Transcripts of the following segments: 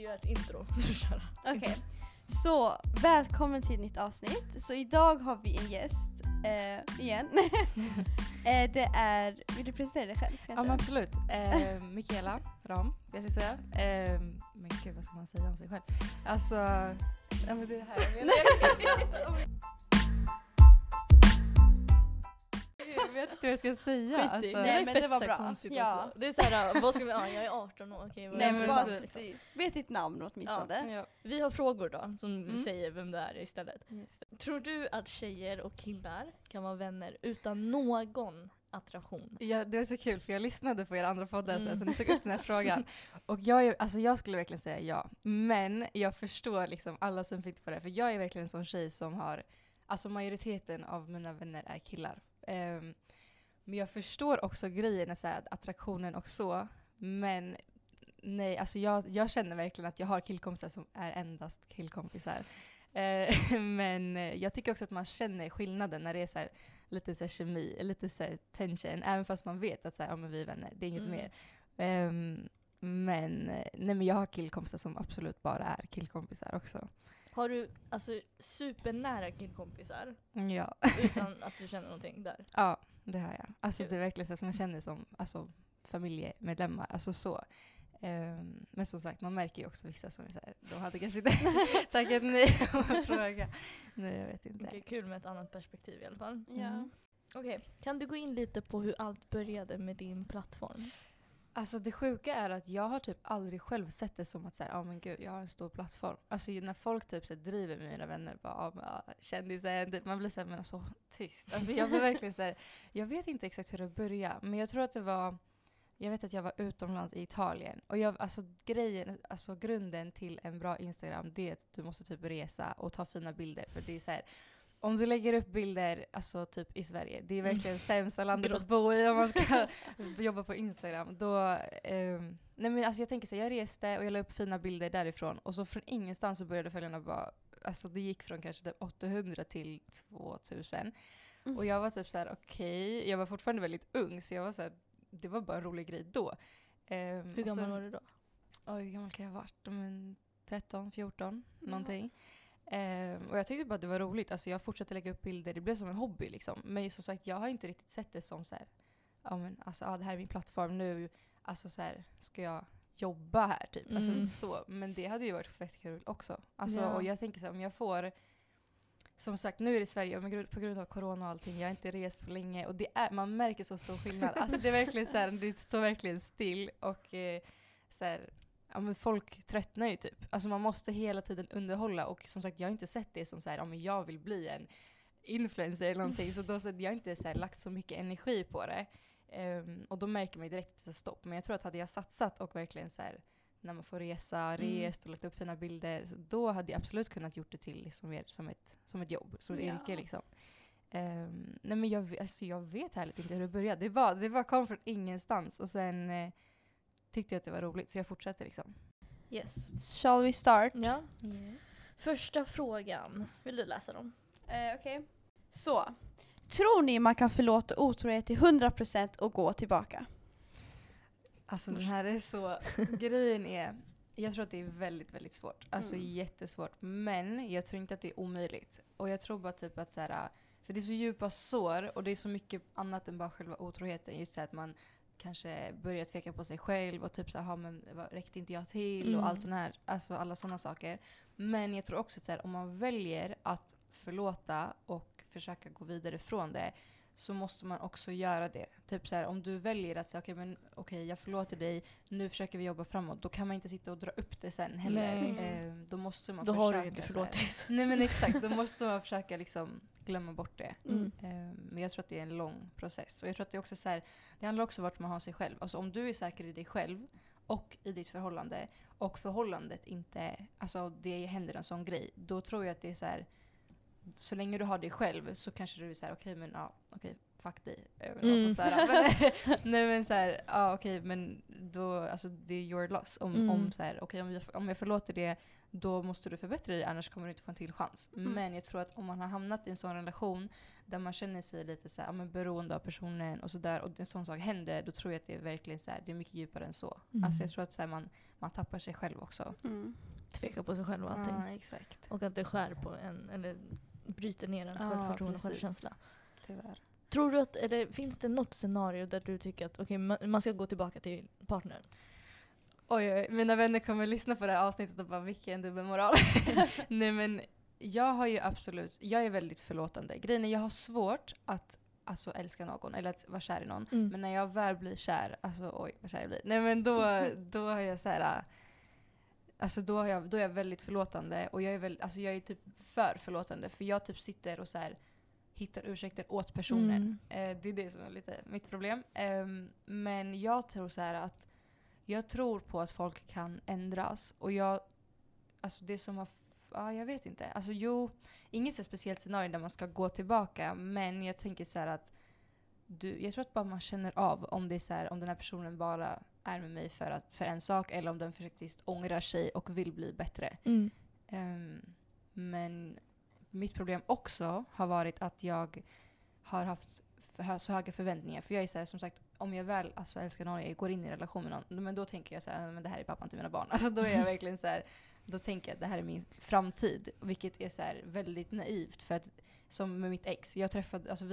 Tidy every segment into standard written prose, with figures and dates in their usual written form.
göra ett intro. Okej, så välkommen till ett nytt avsnitt. Så idag har vi en gäst igen. Det är, vill du presentera dig själv kanske? Ja men absolut. Michaela Ram, jag ska säga. Men gud, vad ska man säga om sig själv? Alltså, ja men det är det här jag menar. Jag vet inte vad jag ska säga. Alltså. Nej, men det var bra. Ja. Det är såhär, vad ska vi, jag är 18 år. Okay, Nej men bara vet ditt namn åtminstone. Ja. Vi har frågor då, som säger vem du är istället. Yes. Tror du att tjejer och killar kan vara vänner utan någon attraktion? Ja, det var så kul för jag lyssnade på era andra poddar så ni tog upp den här frågan. Och jag skulle verkligen säga ja. Men jag förstår liksom alla som fick på det. För jag är verkligen en sån tjej som har, alltså majoriteten av mina vänner är killar. Men jag förstår också grejen, så här, attraktionen och så. Men nej, alltså jag känner verkligen att jag har killkompisar som är endast killkompisar. Men jag tycker också att man känner skillnaden när det är så här, lite så här kemi, lite så här tension. Även fast man vet att så här, ja, men vi är vänner, det är inget mer. Men jag har killkompisar som absolut bara är killkompisar också. Har du alltså supernära killkompisar? Ja. Utan att du känner någonting där? Ja, det har jag. Alltså det är verkligen så som jag känner som alltså, familjemedlemmar. Alltså så. Men som sagt, man märker ju också vissa som är så här, de hade kanske inte tackat nej om en fråga. Nej, jag vet inte. Okej, kul med ett annat perspektiv i alla fall. Ja. Okej, kan du gå in lite på hur allt började med din plattform? Alltså det sjuka är att jag har typ aldrig själv sett det som att så här, men gud, jag har en stor plattform. Alltså när folk typ så här, driver med mina vänner, bara, kändisen, man blir så här, men så tyst. Alltså jag blir verkligen så här, jag vet inte exakt hur det började, men jag tror att det var, jag vet att jag var utomlands i Italien. Och grunden till en bra Instagram, det är att du måste typ resa och ta fina bilder. För det är så här, om du lägger upp bilder alltså typ i Sverige, det är verkligen sämsta landet att bo i om man ska jobba på Instagram. Då, nej men alltså jag tänker så här, jag reste och jag la upp fina bilder därifrån. Och så från ingenstans så började följarna bara, alltså det gick från kanske typ 800 till 2000. Och jag var typ så här, okej. Jag var fortfarande väldigt ung, så jag var så här, det var bara en rolig grej då. Hur gammal var du då? Hur gammal kan jag ha varit? 13, 14, någonting. Och jag tyckte bara att det var roligt. Alltså jag fortsatte lägga upp bilder. Det blev som en hobby liksom. Men som sagt, jag har inte riktigt sett det som så här, det här är min plattform nu. Alltså så här, ska jag jobba här typ. Alltså så. Men det hade ju varit fett kul också. Alltså, och jag tänker så här, om jag får, som sagt, nu är det i Sverige och på grund av corona och allting, jag har inte rest på länge och man märker så stor skillnad. Alltså det är verkligen så här, det står verkligen still och så här, ja men folk tröttnar ju typ. Alltså man måste hela tiden underhålla och som sagt, jag har inte sett det som så här, men jag vill bli en influencer eller någonting, så då så jag har inte så här, lagt så mycket energi på det. Och då märker man ju direkt att det är stopp. Men jag tror att hade jag satsat och verkligen så här, när man får rest och lagt upp fina bilder, så då hade jag absolut kunnat gjort det till liksom mer som ett jobb, som ett yrke liksom. Nej men jag vet härligt inte hur det började. Det var kom från ingenstans och sen tyckte jag att det var roligt, så jag fortsatte liksom. Yes. Shall we start? Ja. Yes. Första frågan. Vill du läsa dem? Okej. Så, tror ni man kan förlåta otrohet till 100% och gå tillbaka? Alltså den här är så, grejen är, jag tror att det är väldigt, väldigt svårt. Alltså jättesvårt. Men jag tror inte att det är omöjligt. Och jag tror bara typ att så här, för det är så djupa sår och det är så mycket annat än bara själva otroheten. Just så att man kanske börjar tveka på sig själv och typ så här, men räckte inte jag till och allt sånt här, alltså alla sådana saker. Men jag tror också att så här, om man väljer att förlåta och försöka gå vidare från det, så måste man också göra det. Typ så här, om du väljer att säga okej, jag förlåter dig, nu försöker vi jobba framåt, då kan man inte sitta och dra upp det sen heller. Då måste man då försöka. Då har du inte förlåtit. Nej men exakt, då måste man försöka liksom glömma bort det. Men jag tror att det är en lång process. Och jag tror att det är också så här, det handlar också om vart man har sig själv. Alltså om du är säker i dig själv och i ditt förhållande, och förhållandet inte, alltså det händer en sån grej, då tror jag att det är så här, så länge du har dig själv så kanske du är så här, okej, fuck dig. Man får svära. Men, nej men så här, ja okej, men då, alltså det är your loss. Om så här, okej, om jag förlåter det, då måste du förbättra dig, annars kommer du inte få en till chans. Men jag tror att om man har hamnat i en sån relation där man känner sig lite så här, men beroende av personen och sådär, och en sån sak händer, då tror jag att det är verkligen så här, det är mycket djupare än så. Alltså jag tror att så här, man tappar sig själv också. Tveka på sig själv och allting. Ja, exakt. Och att det skär på en, eller bryter ner ens självförtroende och självkänsla. Tyvärr. Tror du att, eller finns det något scenario där du tycker att okej, man ska gå tillbaka till partnern? Oj, mina vänner kommer lyssna på det här avsnittet och bara, vilken dubbelmoral. Nej men, jag har ju absolut, jag är väldigt förlåtande. Grejen är, jag har svårt att alltså älska någon eller att vara kär i någon. Men när jag väl blir kär, alltså oj vad kär jag blir. Nej men då har jag så här, alltså då är jag väldigt förlåtande, och jag är typ för förlåtande, för jag typ sitter och så här hittar ursäkter åt personen. Det är det som är lite mitt problem. Men jag tror så här att jag tror på att folk kan ändras, och alltså det som har jag vet inte. Alltså inget så speciellt scenario där man ska gå tillbaka, men jag tänker så här att jag tror att bara man känner av om det är så här, om den här personen bara är med mig för en sak, eller om den faktiskt ångrar sig och vill bli bättre. Men mitt problem också har varit att jag har haft så höga förväntningar, för jag är så här, som sagt, om jag väl älskar någon, jag går in i en relation med någon, men då tänker jag så här, men det här är pappan till mina barn. Alltså då är jag verkligen så här, då tänker jag att det här är min framtid, vilket är så här väldigt naivt, för att som med mitt ex, jag träffade, alltså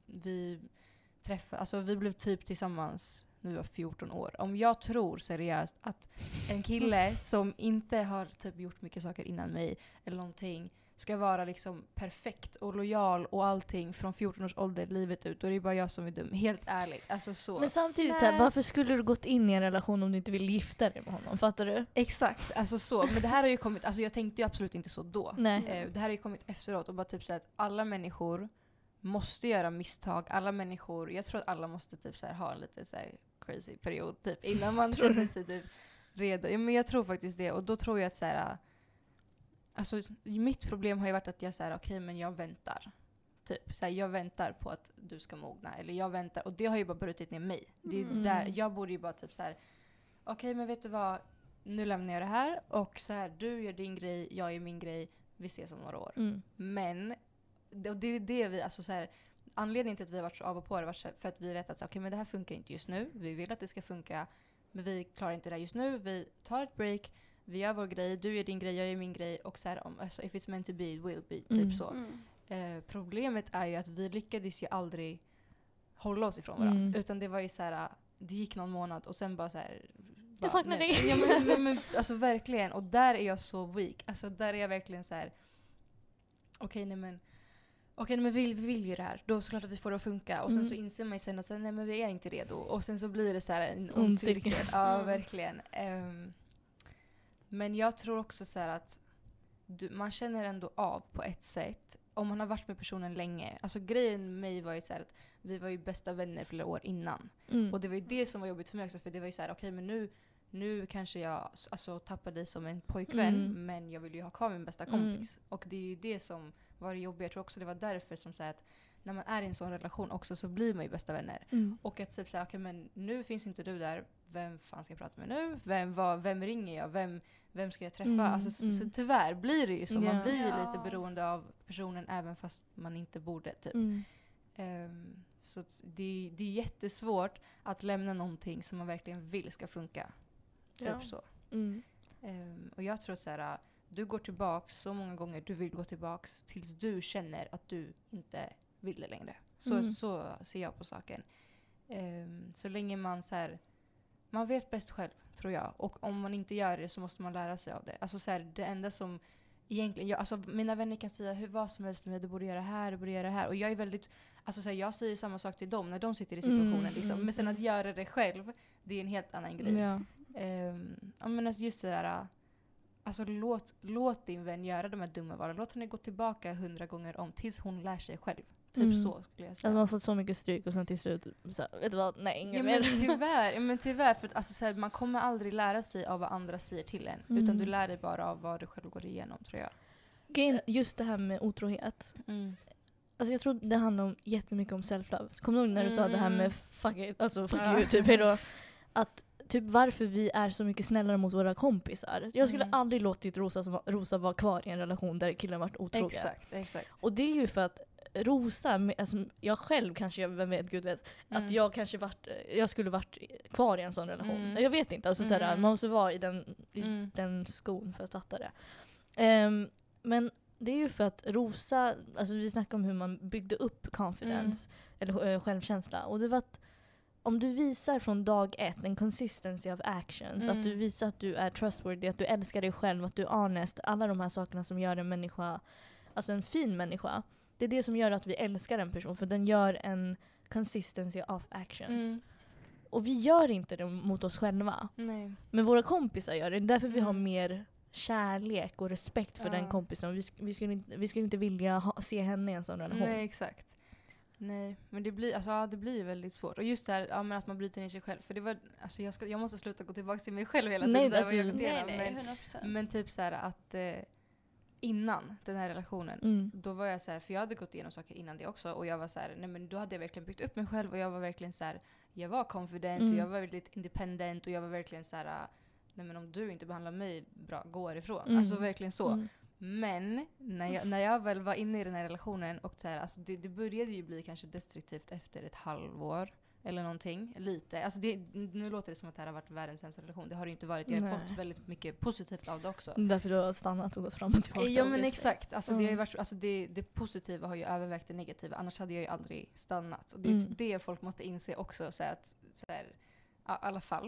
vi blev typ tillsammans nu var 14 år. Om jag tror seriöst att en kille som inte har typ gjort mycket saker innan mig eller någonting ska vara liksom perfekt och lojal och allting från 14 års ålder livet ut, då är det bara jag som är dum. Helt ärligt. Alltså så. Men samtidigt, så här, varför skulle du gått in i en relation om du inte vill gifta dig med honom? Fattar du? Exakt, alltså så. Men det här har ju kommit, alltså jag tänkte ju absolut inte så då. Nej. Det här har ju kommit efteråt, och bara typ så att alla människor måste göra misstag. Alla människor, jag tror att alla måste typ så här ha en lite så här crazy period typ innan man känner sig typ redo. Ja, men jag tror faktiskt det, och då tror jag att så här, alltså mitt problem har ju varit att jag säger okej, men jag väntar. Typ så här, jag väntar på att du ska mogna, eller jag väntar, och det har ju bara brutit ner mig. Det är där jag borde ju bara typ så här, okej, men vet du vad, nu lämnar jag det här, och så här, du gör din grej, jag gör min grej, vi ses om några år. Men det är det vi, alltså så här, anledningen till att vi har varit så av och på det var för att vi vet att okej, men det här funkar inte just nu, vi vill att det ska funka, men vi klarar inte det just nu, vi tar ett break, vi gör vår grej, du gör din grej, jag gör min grej, och så här, alltså, if it's meant to be, it will be, typ så. Problemet är ju att vi lyckades ju aldrig hålla oss ifrån varandra, utan det var ju så här, det gick någon månad och sen bara så här, jag saknar dig. Ja, men alltså verkligen, och där är jag så weak, alltså där är jag verkligen så här, okej, men vi vill ju det här. Då är det klart att vi får det att funka. Och sen så inser man ju sen att nej, men vi är inte redo. Och sen så blir det så här en ond cirkel. Ja, verkligen. Men jag tror också så här att man känner ändå av på ett sätt om man har varit med personen länge. Alltså grejen med mig var ju så här att vi var ju bästa vänner flera år innan. Och det var ju det som var jobbigt för mig också. För det var ju så här, okej, men nu kanske jag tappar dig som en pojkvän, men jag vill ju ha kvar min bästa kompis. Och det är ju det som var det jobbiga. Jag tror också det var därför som så att när man är i en sån relation också, så blir man ju bästa vänner. Och att typ säga, okej, men nu finns inte du där. Vem fan ska jag prata med nu? Vem ringer jag? Vem ska jag träffa? Alltså, så tyvärr blir det ju så. Man blir ju lite beroende av personen även fast man inte borde typ. Så det är jättesvårt att lämna någonting som man verkligen vill ska funka. Typ så. Och jag tror så här, du går tillbaks så många gånger du vill gå tillbaks tills du känner att du inte vill det längre. Så ser jag på saken. Så länge man så här, man vet bäst själv, tror jag. Och om man inte gör det så måste man lära sig av det. Alltså så här, det enda som egentligen, alltså mina vänner kan säga vad som helst med, du borde göra det här. Och jag är väldigt, alltså så här, jag säger samma sak till dem när de sitter i situationen. Liksom. Men sen att göra det själv, det är en helt annan grej. Men alltså just så där, alltså låt din vän göra de här dumma valen. Låt henne gå tillbaka 100 gånger om tills hon lär sig själv. Typ så skulle jag säga. Att man har fått så mycket stryk och sen till slut så, vet du vad? Nej, ingen mer. Men tyvärr för att alltså, så här, man kommer aldrig lära sig av vad andra säger till en. Utan du lär dig bara av vad du själv går igenom, tror jag. Just det här med otrohet. Alltså jag tror det handlar om jättemycket om self-love. Kommer du ihåg när du sa det här med fuck it, alltså fuck Ja. you, typ hejdå. Att typ varför vi är så mycket snällare mot våra kompisar. Jag skulle aldrig låtit Rosa vara kvar i en relation där killen varit otrogen. Exakt. Och det är ju för att Rosa, alltså jag själv kanske, vem vet, gud vet, att jag skulle varit kvar i en sån relation. Jag vet inte, alltså såhär, man måste vara i den skon för att fatta det. Men det är ju för att Rosa, alltså vi snackar om hur man byggde upp confidence, eller självkänsla. Och det var att om du visar från dag ett en consistency of actions, att du visar att du är trustworthy, att du älskar dig själv, att du är honest, alla de här sakerna som gör en människa, alltså en fin människa, det är det som gör att vi älskar en person, för den gör en consistency of actions. Och vi gör inte det mot oss själva. Nej. Men våra kompisar gör det. Det är därför vi har mer kärlek och respekt för den kompisen. Vi skulle inte vilja se henne i en sån relation. Nej, exakt. Nej, men det blir ju väldigt svårt. Och just det här, men att man bryter ner sig själv. För det var, alltså jag måste sluta gå tillbaka till mig själv hela tiden. Nej, Så här, alltså, vad jag beter mig. Nej, 100%. Men typ så här att innan den här relationen, då var jag så här, för jag hade gått igenom saker innan det också. Och jag var så här, nej men då hade jag verkligen byggt upp mig själv. Och jag var verkligen så här, jag var confident och jag var väldigt independent. Och jag var verkligen så här, nej men om du inte behandlar mig bra, gå härifrån. Alltså verkligen så. Men när jag väl var inne i den här relationen och så här, alltså det började ju bli kanske destruktivt efter ett halvår eller någonting, lite. Alltså nu låter det som att det här har varit världens sämsta relation. Det har det inte varit. Jag har fått väldigt mycket positivt av det också. Därför du har stannat och gått fram och tillbaka. Ja men exakt. Alltså, det har ju varit, alltså det positiva har ju övervägt det negativa. Annars hade jag ju aldrig stannat. Och det är det folk måste inse också. Så att, så här, ja, i alla fall.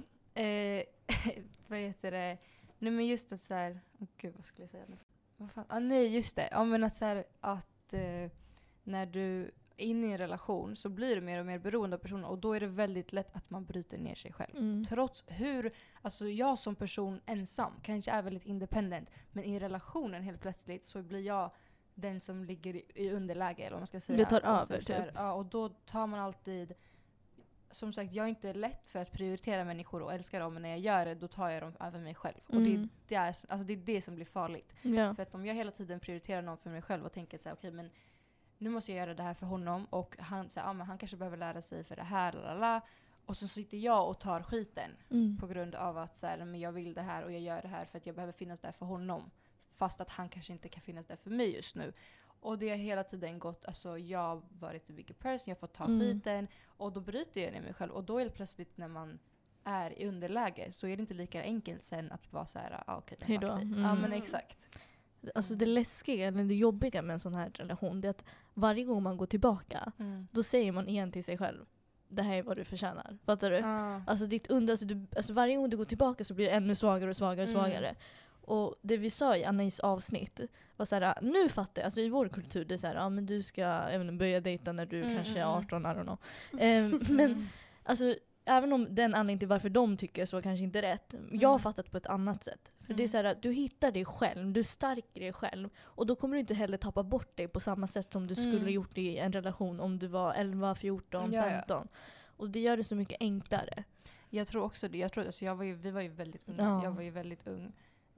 Vad heter det? Nej men just att så här, gud vad skulle jag säga nu? Nej, just det. Ja, men att, så här, att när du är inne i en relation så blir du mer och mer beroende av personen. Och då är det väldigt lätt att man bryter ner sig själv. Trots hur, alltså jag som person ensam kanske är väldigt independent. Men i relationen helt plötsligt så blir jag den som ligger i underläge, eller vad man ska säga. Det tar och över, så här, typ. ja, och då tar man alltid, som sagt, jag är inte lätt för att prioritera människor och älska dem, men när jag gör det, då tar jag dem över mig själv. Och det är det som blir farligt. Ja. För att om jag hela tiden prioriterar någon för mig själv och tänker så här, okej, men nu måste jag göra det här för honom, och han säger, men han kanske behöver lära sig för det här, lalala. Och så sitter jag och tar skiten på grund av att så här, men jag vill det här och jag gör det här för att jag behöver finnas där för honom, fast att han kanske inte kan finnas där för mig just nu. Och det har hela tiden gått, alltså jag har varit en bigger person, jag får ta skiten, och då bryter jag ner mig själv. Och då är det plötsligt, när man är i underläge, så är det inte lika enkelt sen att vara så här, okej, men fuck dig. Ja men exakt. Alltså det läskiga, eller det jobbiga med en sån här relation, det är att varje gång man går tillbaka, då säger man igen till sig själv, det här är vad du förtjänar. Fattar du? Alltså alltså varje gång du går tillbaka så blir det ännu svagare och svagare och svagare. Och det vi sa i Anais avsnitt var såhär, nu fattar jag, alltså i vår kultur, det är såhär, men du ska även börja dejta när du kanske är 18, I don't know. Men alltså, även om den anledningen till varför de tycker så kanske inte är rätt, jag har fattat på ett annat sätt. För det är såhär, du hittar dig själv, du stärker dig själv, och då kommer du inte heller tappa bort dig på samma sätt som du skulle gjort i en relation om du var 11, 14, 15. Och det gör det så mycket enklare. Jag tror också det. Alltså vi var ju väldigt unga. Jag var ju väldigt ung.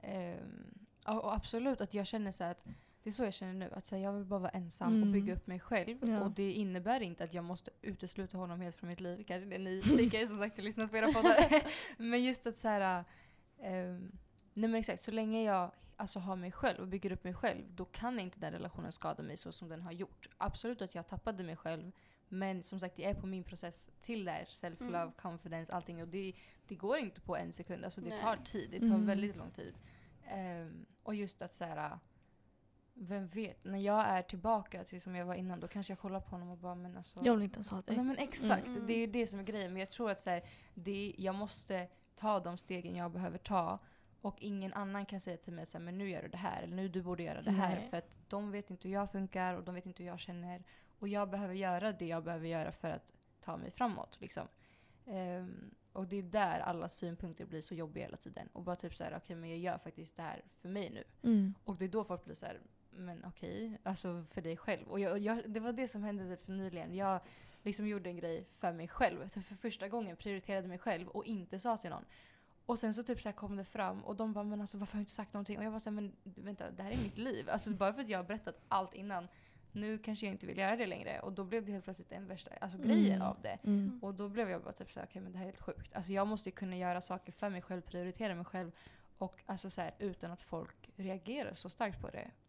Och absolut att jag känner så att det är så jag känner nu, att så här, jag vill bara vara ensam och bygga upp mig själv. Och det innebär inte att jag måste utesluta honom helt från mitt liv. Kanske det är ni tänker som sagt, lyssnat på era poddar. Men just att så här, nej men exakt, så länge jag alltså har mig själv och bygger upp mig själv, då kan inte den relationen skada mig så som den har gjort. Absolut att jag tappade mig själv, men som sagt, jag är på min process till där, self-love, confidence, allting, och det går inte på en sekund. Alltså det tar tid, det tar väldigt lång tid. Och just att så här, vem vet, när jag är tillbaka till som jag var innan, då kanske jag kollar på honom och bara, men alltså, Jag vill inte ens ha dig. Nej men exakt, det är ju det som är grejen. Men jag tror att så här, jag måste ta de stegen jag behöver ta, och ingen annan kan säga till mig så här, men nu gör du det här, eller nu du borde göra det här. För att de vet inte hur jag funkar, och de vet inte hur jag känner, och jag behöver göra det jag behöver göra för att ta mig framåt liksom. Och det är där alla synpunkter blir så jobbiga hela tiden. Och bara typ så här, okej, men jag gör faktiskt det här för mig nu. Och det är då folk blir så här, men okej, alltså för dig själv. Och det var det som hände typ för nyligen. Jag liksom gjorde en grej för mig själv. Så för första gången prioriterade mig själv och inte sa till någon. Och sen så typ så här kom det fram, och de bara, men alltså varför har du inte sagt någonting? Och jag bara så här, men vänta, det här är mitt liv. Alltså bara för att jag har berättat allt innan nu kanske jag inte vill göra det längre. Och då blev det helt plötsligt en värsta grejen av det. Och då blev jag bara typ såhär, okej, men det här är helt sjukt. Alltså jag måste ju kunna göra saker för mig själv, prioritera mig själv. Och alltså så här, utan att folk reagerar så starkt på det.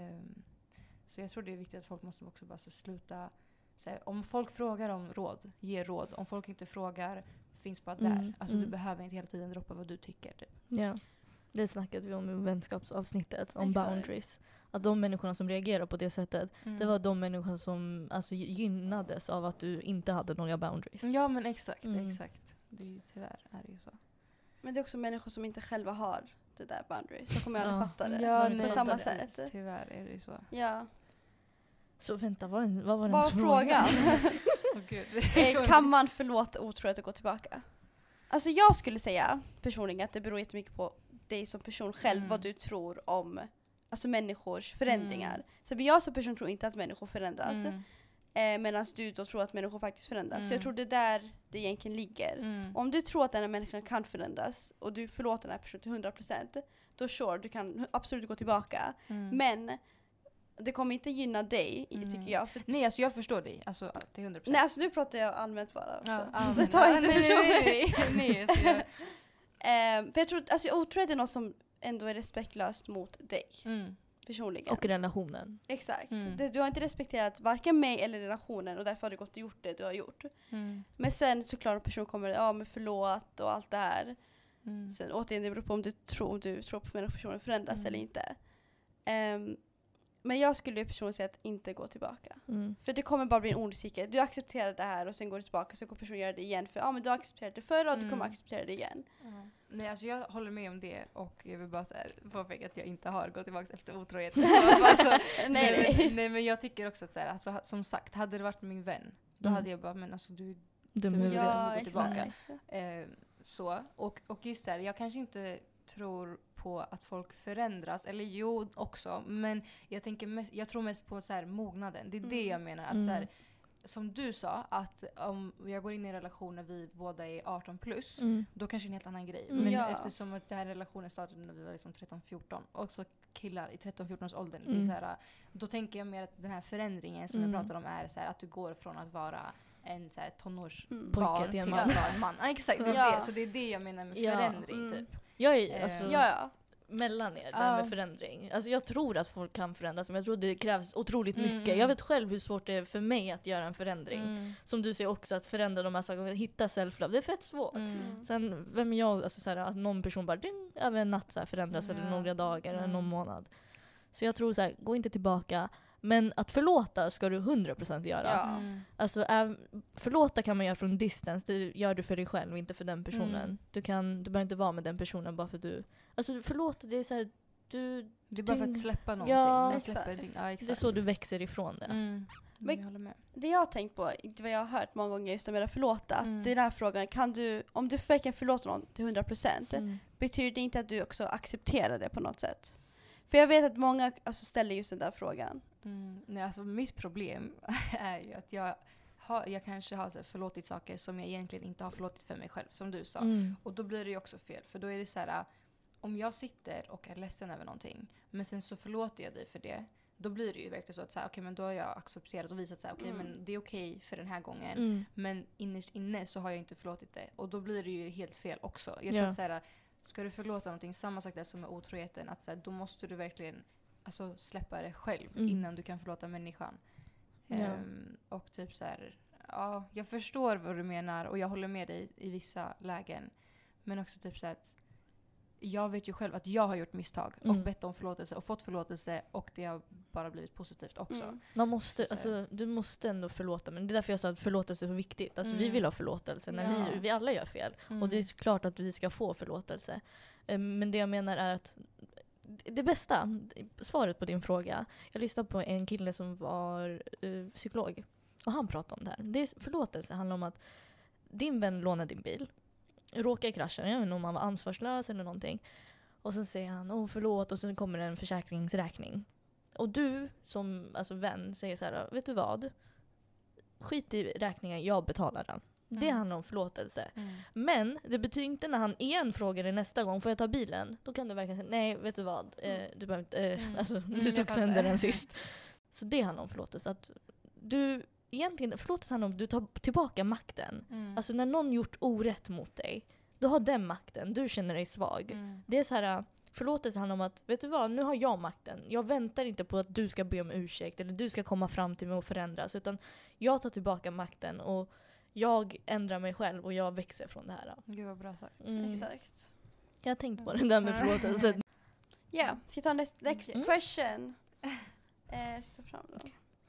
Så jag tror det är viktigt att folk måste också bara så sluta. Så här, om folk frågar om råd, ge råd. Om folk inte frågar, finns bara där. Alltså du behöver inte hela tiden droppa vad du tycker. Ja, det snackade vi om i vänskapsavsnittet, om boundaries. Att de människorna som reagerar på det sättet, det var de människorna som alltså, gynnades av att du inte hade några boundaries. Ja, men exakt. Tyvärr är det ju så. Men det är också människor som inte själva har det där boundaries. Då kommer jag aldrig fatta det. Ja, på samma sätt. Tyvärr är det ju så. Ja. Så vänta, vad var den frågan? Kan man förlåta otrohet och gå tillbaka? Alltså jag skulle säga personligen att det beror jättemycket på dig som person själv, vad du tror om alltså människors förändringar. Så jag som person tror inte att människor förändras. Medan du då tror att människor faktiskt förändras. Så jag tror det är där det egentligen ligger. Om du tror att den här människan kan förändras och du förlåter den här personen till 100%, då sure, du kan absolut gå tillbaka. Men det kommer inte gynna dig, tycker jag. Nej, alltså jag förstår dig. Alltså till 100%. Nej, alltså nu pratar jag allmänt bara också. Ja, det tar inte nej, för jag tror att alltså, otrohet är något som ändå är respektlöst mot dig. Personligen. Och relationen. Exakt. Du har inte respekterat varken mig eller relationen och därför har du gått och gjort det du har gjort. Men sen såklart en person kommer med förlåt och allt det här. Sen återigen, det beror på om du tror på att personen förändras eller inte. Men jag skulle ju personligen säga att inte gå tillbaka. För det kommer bara bli en ond cirkel. Du accepterar det här och sen går du tillbaka så kommer personen göra det igen. För men du har accepterat det förr och du kommer acceptera det igen. Nej, alltså jag håller med om det och jag vill bara påpeka att jag inte har gått tillbaka efter otrohet. Nej, men jag tycker också att så här, alltså, som sagt, hade det varit min vän, då hade jag bara, men alltså du vill gå tillbaka. Så, och just där, jag kanske inte tror på att folk förändras, eller jo också, men jag tror mest på så här, mognaden. Det är det jag menar, att så här, som du sa, att om jag går in i en relation när vi båda är 18 plus, då kanske det är en helt annan grej. Men eftersom att den här relationen startade när vi var liksom 13-14, och så killar i 13-14 års åldern, det är så här, då tänker jag mer att den här förändringen som jag pratade om är så här, att du går från att vara en så här tonårsbarn till att vara en man. Exakt, det är det. Så det är det jag menar med förändring typ. Jag är mellan er där med förändring. Alltså jag tror att folk kan förändras, men jag tror det krävs otroligt mycket. Jag vet själv hur svårt det är för mig att göra en förändring. Som du säger också, att förändra de här sakerna, hitta self-love, det är fett svårt. Sen, vem är jag, alltså såhär, att någon person bara över en natt såhär, förändras eller några dagar eller någon månad. Så jag tror såhär, gå inte tillbaka. Men att förlåta ska du 100% göra. Alltså förlåta kan man göra från distance. Det gör du för dig själv, inte för den personen. Du behöver inte vara med den personen bara för du... Alltså förlåta, det är så här, det är bara för att släppa någonting. Ja, exakt. Det är så du växer ifrån det. Men jag håller med. Det jag har tänkt på, vad jag har hört många gånger just med att förlåta, det är den här frågan, om du verkligen förlåter någon till 100%, betyder det inte att du också accepterar det på något sätt? För jag vet att många ställer just den där frågan. Nej, alltså mitt problem är ju att jag kanske har förlåtit saker som jag egentligen inte har förlåtit för mig själv, som du sa. Och då blir det ju också fel. För då är det så här, om jag sitter och är ledsen över någonting, men sen så förlåter jag dig för det, då blir det ju verkligen så att okej, men då har jag accepterat och visat men det är okej för den här gången. Men innerst inne så har jag inte förlåtit det. Och då blir det ju helt fel också. Jag tror att så här, ska du förlåta någonting, samma sak där som med otroheten, att så här, då måste du verkligen släppa det själv innan du kan förlåta människan. Och typ så här, jag förstår vad du menar och jag håller med dig i vissa lägen. Men också typ så här att jag vet ju själv att jag har gjort misstag och bett om förlåtelse och fått förlåtelse, och det har bara blivit positivt också. Man måste, du måste ändå förlåta, men det är därför jag sa att förlåtelse är så viktigt. Alltså vi vill ha förlåtelse när vi alla gör fel. Och det är klart att vi ska få förlåtelse. Men det jag menar är att det bästa svaret på din fråga, jag lyssnade på en kille som var psykolog, och han pratade om det här. Förlåtelse handlar om att din vän lånar din bil, råkar i kraschen, jag vet inte om han var ansvarslös eller någonting, och så säger han förlåt, och så kommer det en försäkringsräkning, och du som vän säger så här: vet du vad, skit i räkningen, jag betalar den. Det handlar om förlåtelse. Men det betyder inte när han igen frågar dig nästa gång, får jag ta bilen? Då kan du verkligen säga, nej, vet du vad, du behöver inte, du tog sönder den sist. Så det handlar om förlåtelse. Att du, egentligen, förlåtelse handlar om att du tar tillbaka makten. Alltså när någon gjort orätt mot dig, du har den makten, du känner dig svag. Det är så här, förlåtelse handlar om att, vet du vad, nu har jag makten. Jag väntar inte på att du ska be om ursäkt eller du ska komma fram till mig och förändras. Utan jag tar tillbaka makten och jag ändrar mig själv och jag växer från det här. Gud vad bra sagt. Exakt. Jag har tänkt på det där med förlåtelse. Yeah, så jag tar next question. Stå fram då.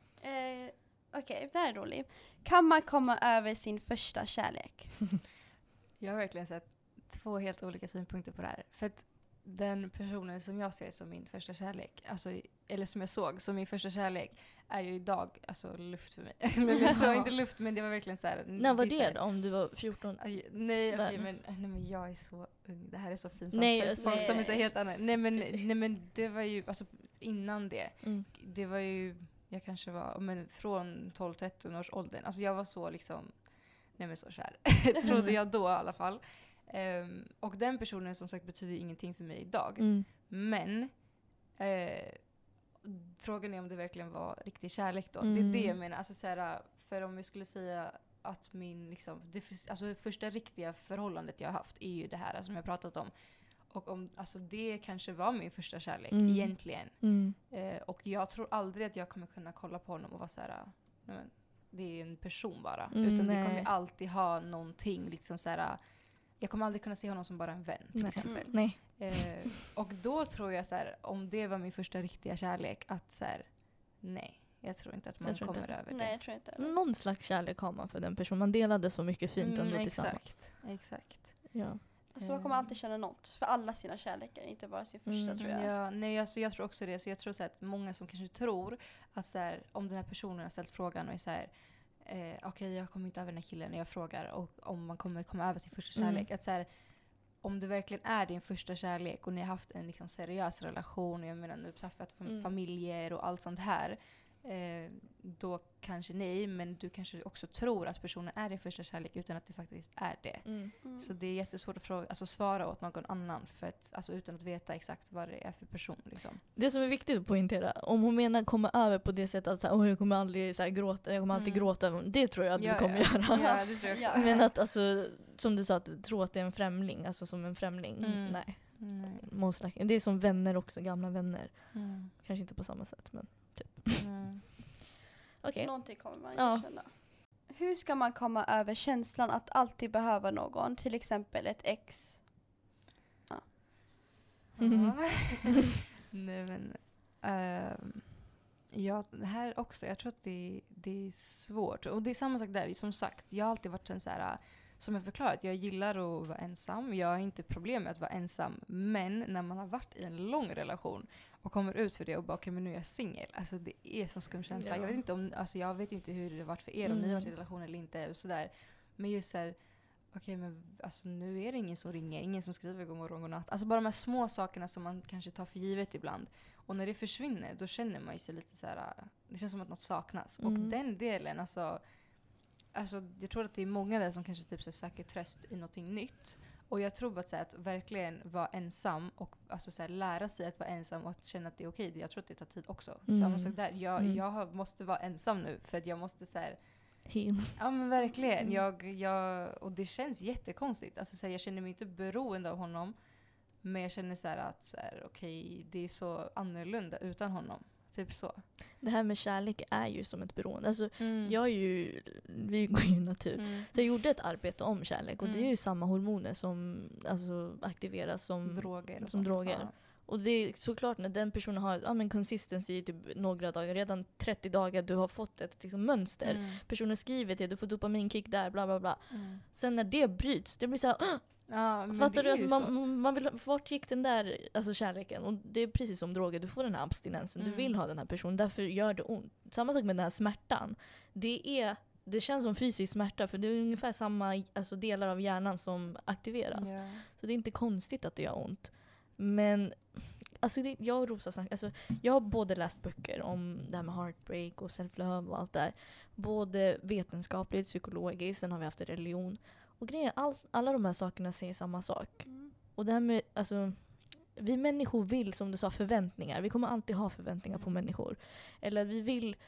Okej, det här är roligt. Kan man komma över sin första kärlek? Jag har verkligen sett 2 helt olika synpunkter på det här. För att den personen som jag ser som min första kärlek, alltså, eller som jag såg som min första kärlek, är ju idag alltså luft för mig. Men jag såg inte luft, men det var verkligen så här. När var det då, om du var 14? Nej, men jag är så ung. Det här är så pinsamt för folk som är så helt annorlunda. Nej men det var ju, alltså innan det. Det var ju, jag kanske var, från 12-13 års åldern. Alltså jag var så liksom, så kär. Trodde jag då i alla fall. Och den personen som sagt betyder ingenting för mig idag. Men frågan är om det verkligen var riktig kärlek då. Det är det jag menar. Alltså, såhär, för om vi skulle säga att min liksom, det första riktiga förhållandet jag har haft är ju det här som jag pratat om. Och om, alltså, det kanske var min första kärlek egentligen. Och jag tror aldrig att jag kommer kunna kolla på honom och vara såhär, det är en person bara. Utan det kommer alltid ha någonting liksom såhär. Jag kommer aldrig kunna se honom som bara en vän till exempel. Nej. Och då tror jag så här, om det var min första riktiga kärlek, att så här, nej, jag tror inte att man kommer över det. Nej, jag tror inte. Någon slags kärlek har man för den personen. Man delade så mycket fint ändå tillsammans. Exakt. Ja. Alltså man kommer alltid känna något för alla sina kärlekar, inte bara sin första tror jag. Ja, nej, alltså, jag tror också det. Så jag tror så här, att många som kanske tror att så här, om den här personen har ställt frågan och är så här, okej, jag kommer inte över den här killen när jag frågar och om man kommer komma över sin första kärlek. Att så här, om det verkligen är din första kärlek och ni har haft en liksom seriös relation, jag menar nu träffat familjer och allt sånt här, då kanske nej, men du kanske också tror att personen är din första kärlek utan att det faktiskt är det. Så det är jättesvårt att fråga, alltså svara åt någon annan för att, alltså, utan att veta exakt vad det är för person. Liksom. Det som är viktigt att poängtera, om hon menar komma över på det sättet att så här, jag kommer aldrig så här, gråta, jag kommer alltid gråta, det tror jag att du kommer göra. Ja, det tror jag också. Men att alltså, som du sa, att tro att det är en främling, alltså som en främling, nej. Det är som vänner också, gamla vänner. Kanske inte på samma sätt, men typ. Okay. Någonting kommer man ju känna. Hur ska man komma över känslan att alltid behöva någon? Till exempel ett ex. Nej, men ja, det här också. Jag tror att det är svårt. Och det är samma sak där. Som sagt, jag har alltid varit en så här, som jag förklarat, jag gillar att vara ensam. Jag har inte problem med att vara ensam. Men när man har varit i en lång relation och kommer ut för det och bara, okej, men nu är jag singel. Alltså det är så skum känsla. Ja. Jag vet inte hur det har varit för er, om ni har varit i relation eller inte. Och sådär. Men just såhär, okej, men alltså, nu är det ingen som ringer, ingen som skriver god morgon, god natt. Alltså bara de här små sakerna som man kanske tar för givet ibland. Och när det försvinner, då känner man sig lite så här. Det känns som att något saknas. Och den delen, alltså jag tror att det är många där som kanske typ så söker tröst i någonting nytt. Och jag tror att, så här, att verkligen vara ensam och alltså, så här, lära sig att vara ensam och att känna att det är okej. Jag tror att det tar tid också. Samma sak där. Jag måste vara ensam nu för att jag måste så här. Ja, men verkligen. Och det känns jättekonstigt. Alltså, så här, jag känner mig inte beroende av honom. Men jag känner så här att så här, okej, det är så annorlunda utan honom. Typ så. Det här med kärlek är ju som ett beroende. Alltså, vi går ju natur. Så jag gjorde ett arbete om kärlek. Och det är ju samma hormoner som alltså, aktiveras som droger. Ja. Och det är såklart när den personen har consistency i typ några dagar, redan 30 dagar du har fått ett liksom, mönster. Personen skriver till du får dopaminkick där, bla bla bla. Sen när det bryts, det blir så här, fattar du att man vill, vart gick den där alltså, kärleken? Och det är precis som droger, du får den här abstinensen, du vill ha den här personen, därför gör det ont. Samma sak med den här smärtan. Det känns som fysisk smärta för det är ungefär samma alltså, delar av hjärnan som aktiveras. Så det är inte konstigt att det gör ont. Men alltså jag och Rosa alltså, jag har både läst böcker om det här med heartbreak och self-love och allt det där. Både vetenskapligt, psykologiskt, sen har vi haft religion. Och grejen, alla de här sakerna säger samma sak. Och det här med, alltså, vi människor vill, som du sa, förväntningar. Vi kommer alltid ha förväntningar på människor. Eller vi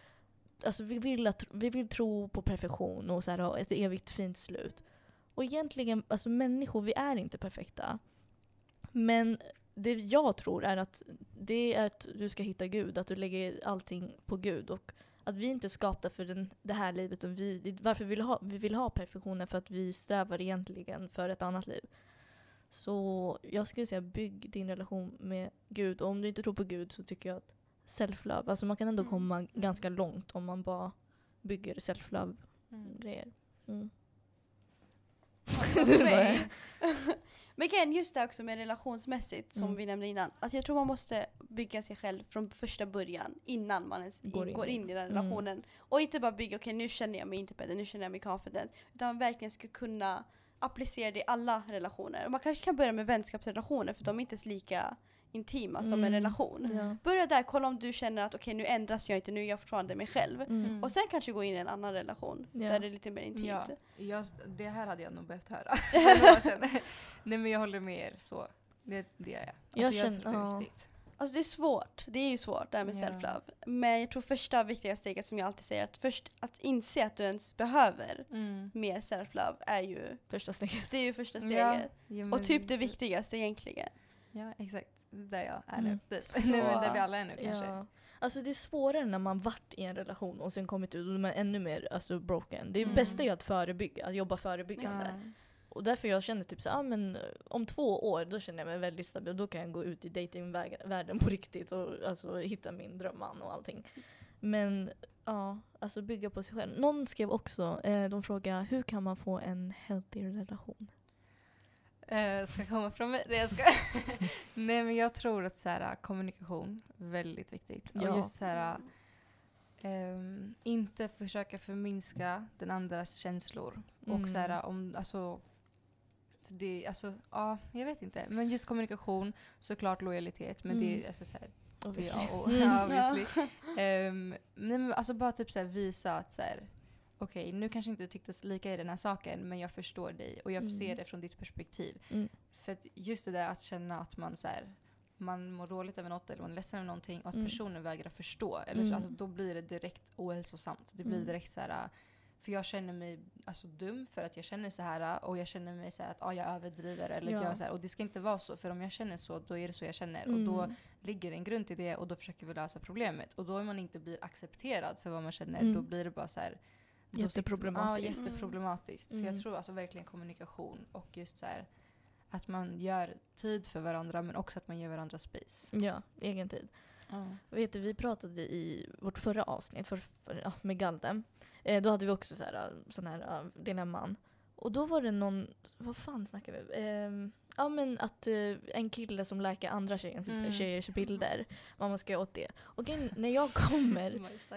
vill tro på perfektion och så här, ha ett evigt fint slut. Och egentligen, alltså människor, vi är inte perfekta. Men det jag tror är att det är att du ska hitta Gud, att du lägger allting på Gud, och att vi inte skapar för det här livet. Och varför vi vill ha perfektionen, för att vi strävar egentligen för ett annat liv. Så jag skulle säga, bygg din relation med Gud. Och om du inte tror på Gud, så tycker jag att self-love, alltså man kan ändå komma ganska långt om man bara bygger self-love-grejer. Men igen, just det också med relationsmässigt som vi nämnde innan. Att jag tror man måste bygga sig själv från första början innan man ens går in i den relationen. Och inte bara bygga, okej, nu känner jag mig inte bättre, nu känner jag mig confident. Utan man verkligen ska kunna applicera det i alla relationer. Och man kanske kan börja med vänskapsrelationer, för de är inte ens lika intima som en relation. Ja. Börja där, kolla om du känner att okej, nu ändras jag inte, nu är jag fortfarande mig själv. Och sen kanske gå in i en annan relation där det är lite mer intimt. Ja, det här hade jag nog behövt höra. Nej, men jag håller med er så. Det är jag. Jag känner det är viktigt. Alltså det är svårt. Det är ju svårt det här med self-love. Men jag tror första viktiga steget, som jag alltid säger, att först att inse att du ens behöver mer self-love är ju första steget. Det är ju första steget. Ja, och typ det viktigaste egentligen. Ja, exakt. Där jag är nu. Där vi alla är nu kanske. Ja. Alltså det är svårare när man varit i en relation och sen kommit ut och man är ännu mer broken. Det bästa är att förebygga, att jobba förebyggande. Och därför jag känner typ så men om 2 år då känner jag mig väldigt stabil, och då kan jag gå ut i datingvärlden på riktigt och alltså hitta min drömman och allting. Men alltså bygga på sig själv. Någon skrev också, de frågar, hur kan man få en healthy relation? Ska komma från mig? Nej, men jag tror att så här, kommunikation är väldigt viktigt. Ja. Och just så här, inte försöka förminska den andras känslor. Och så här, jag vet inte. Men just kommunikation, såklart lojalitet. Men det är alltså så här, obviously. Nej, men alltså bara typ så här, visa att så här, okej, nu kanske inte tycktes lika i den här saken, men jag förstår dig och jag ser det från ditt perspektiv. För att just det där att känna att man så här, man mår dåligt över något eller man är ledsen över någonting och att personen vägrar förstå, eller alltså, då blir det direkt ohälsosamt. Det blir direkt så här, för jag känner mig alltså dum för att jag känner så här, och jag känner mig så här att jag överdriver eller jag så här, och det ska inte vara så, för om jag känner så, då är det så jag känner och då ligger en grund till det och då försöker vi lösa problemet, och då om man inte blir accepterad för vad man känner, då blir det bara så här jätteproblematiskt. Så jag tror alltså verkligen kommunikation och just så här att man gör tid för varandra, men också att man ger varandra space. Ja, egen tid. Vet du, vi pratade i vårt förra avsnitt med Galden. Då hade vi också sån här dilemman. Och då var det någon, vad fan snackar vi? Men att en kille som läkar andra tjejers bilder. Vad man ska göra åt det. Och när jag kommer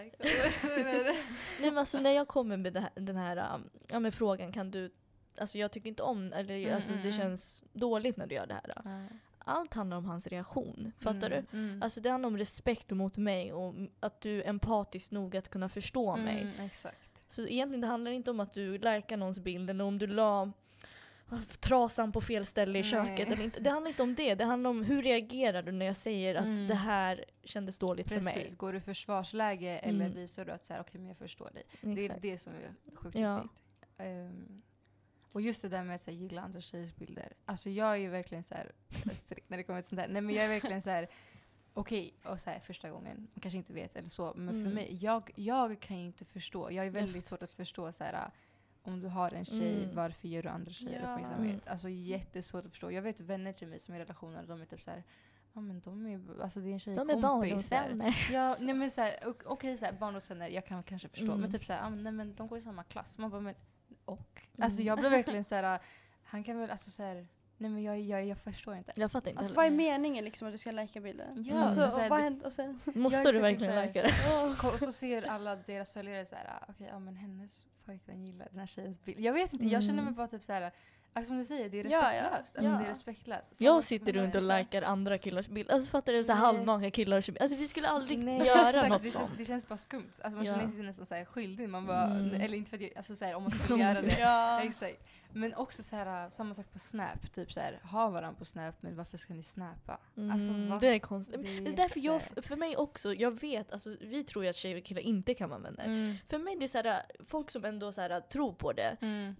nej, men alltså, när jag kommer med den här med frågan, kan du, alltså jag tycker inte om, eller alltså det känns dåligt när du gör det här. Allt handlar om hans reaktion. Fattar du? Alltså det handlar om respekt mot mig och att du är empatisk nog att kunna förstå mig. Exakt. Så egentligen det handlar inte om att du likar någons bild eller om du la trasan på fel ställe i köket. Eller inte. Det handlar inte om det. Det handlar om hur reagerar du när jag säger att det här kändes dåligt för mig. Precis. Går du försvarsläge eller visar du att så här, okej, men jag förstår dig. Exakt. Det är det som är sjukt viktigt. Och just det där med att så här, gilla andra tjejers bilder. Alltså jag är ju verkligen så här strikt när det kommer till sånt där. Nej, men jag är verkligen så här okej, och så här första gången. Man kanske inte vet eller så. Men för mig, jag kan ju inte förstå. Jag är väldigt svårt att förstå så här, om du har en tjej, varför gör du andra tjejer uppmärksamhet? Alltså jättesvårt att förstå. Jag vet vänner till mig som är i relationer, de är typ så här, men de är, alltså det är en tjej de är barndomsvänner. Ja, nej men så här, okej, så här, barndomsvänner, jag kan kanske förstå. Men typ så här, nej men de går i samma klass. Man bara, men alltså jag blev verkligen så här, han kan väl alltså så här, nej men jag förstår inte. Jag fattar inte. Alltså vad är meningen liksom att du ska lika bilden? Ja, alltså, och vad händer och sen måste du verkligen lika det? Och så ser alla deras följare så här, okej, men hennes pojkvän gillar den här tjejens bild. Jag vet inte, jag känner mig bara typ så här, Alltså, som du säger, det är respektlöst. Alltså, det är respektlöst. Jag sitter runt och likar andra killars bilder. Alltså fattar du? Så halvnaka killars bilder. Alltså vi skulle aldrig göra något sånt. Det känns bara skumt. Alltså man känner sig nästan så här skyldig. Man bara, eller inte för att alltså så här, om man skulle göra det. Exakt. Men också så här, samma sak på Snap. Typ så här, ha varandra på Snap, men varför ska ni snappa? Alltså, det är konstigt. Det är därför för mig också, jag vet, alltså vi tror ju att tjejer och killar inte kan vara vänner. För mig det är så här, folk som ändå så här, tror på det.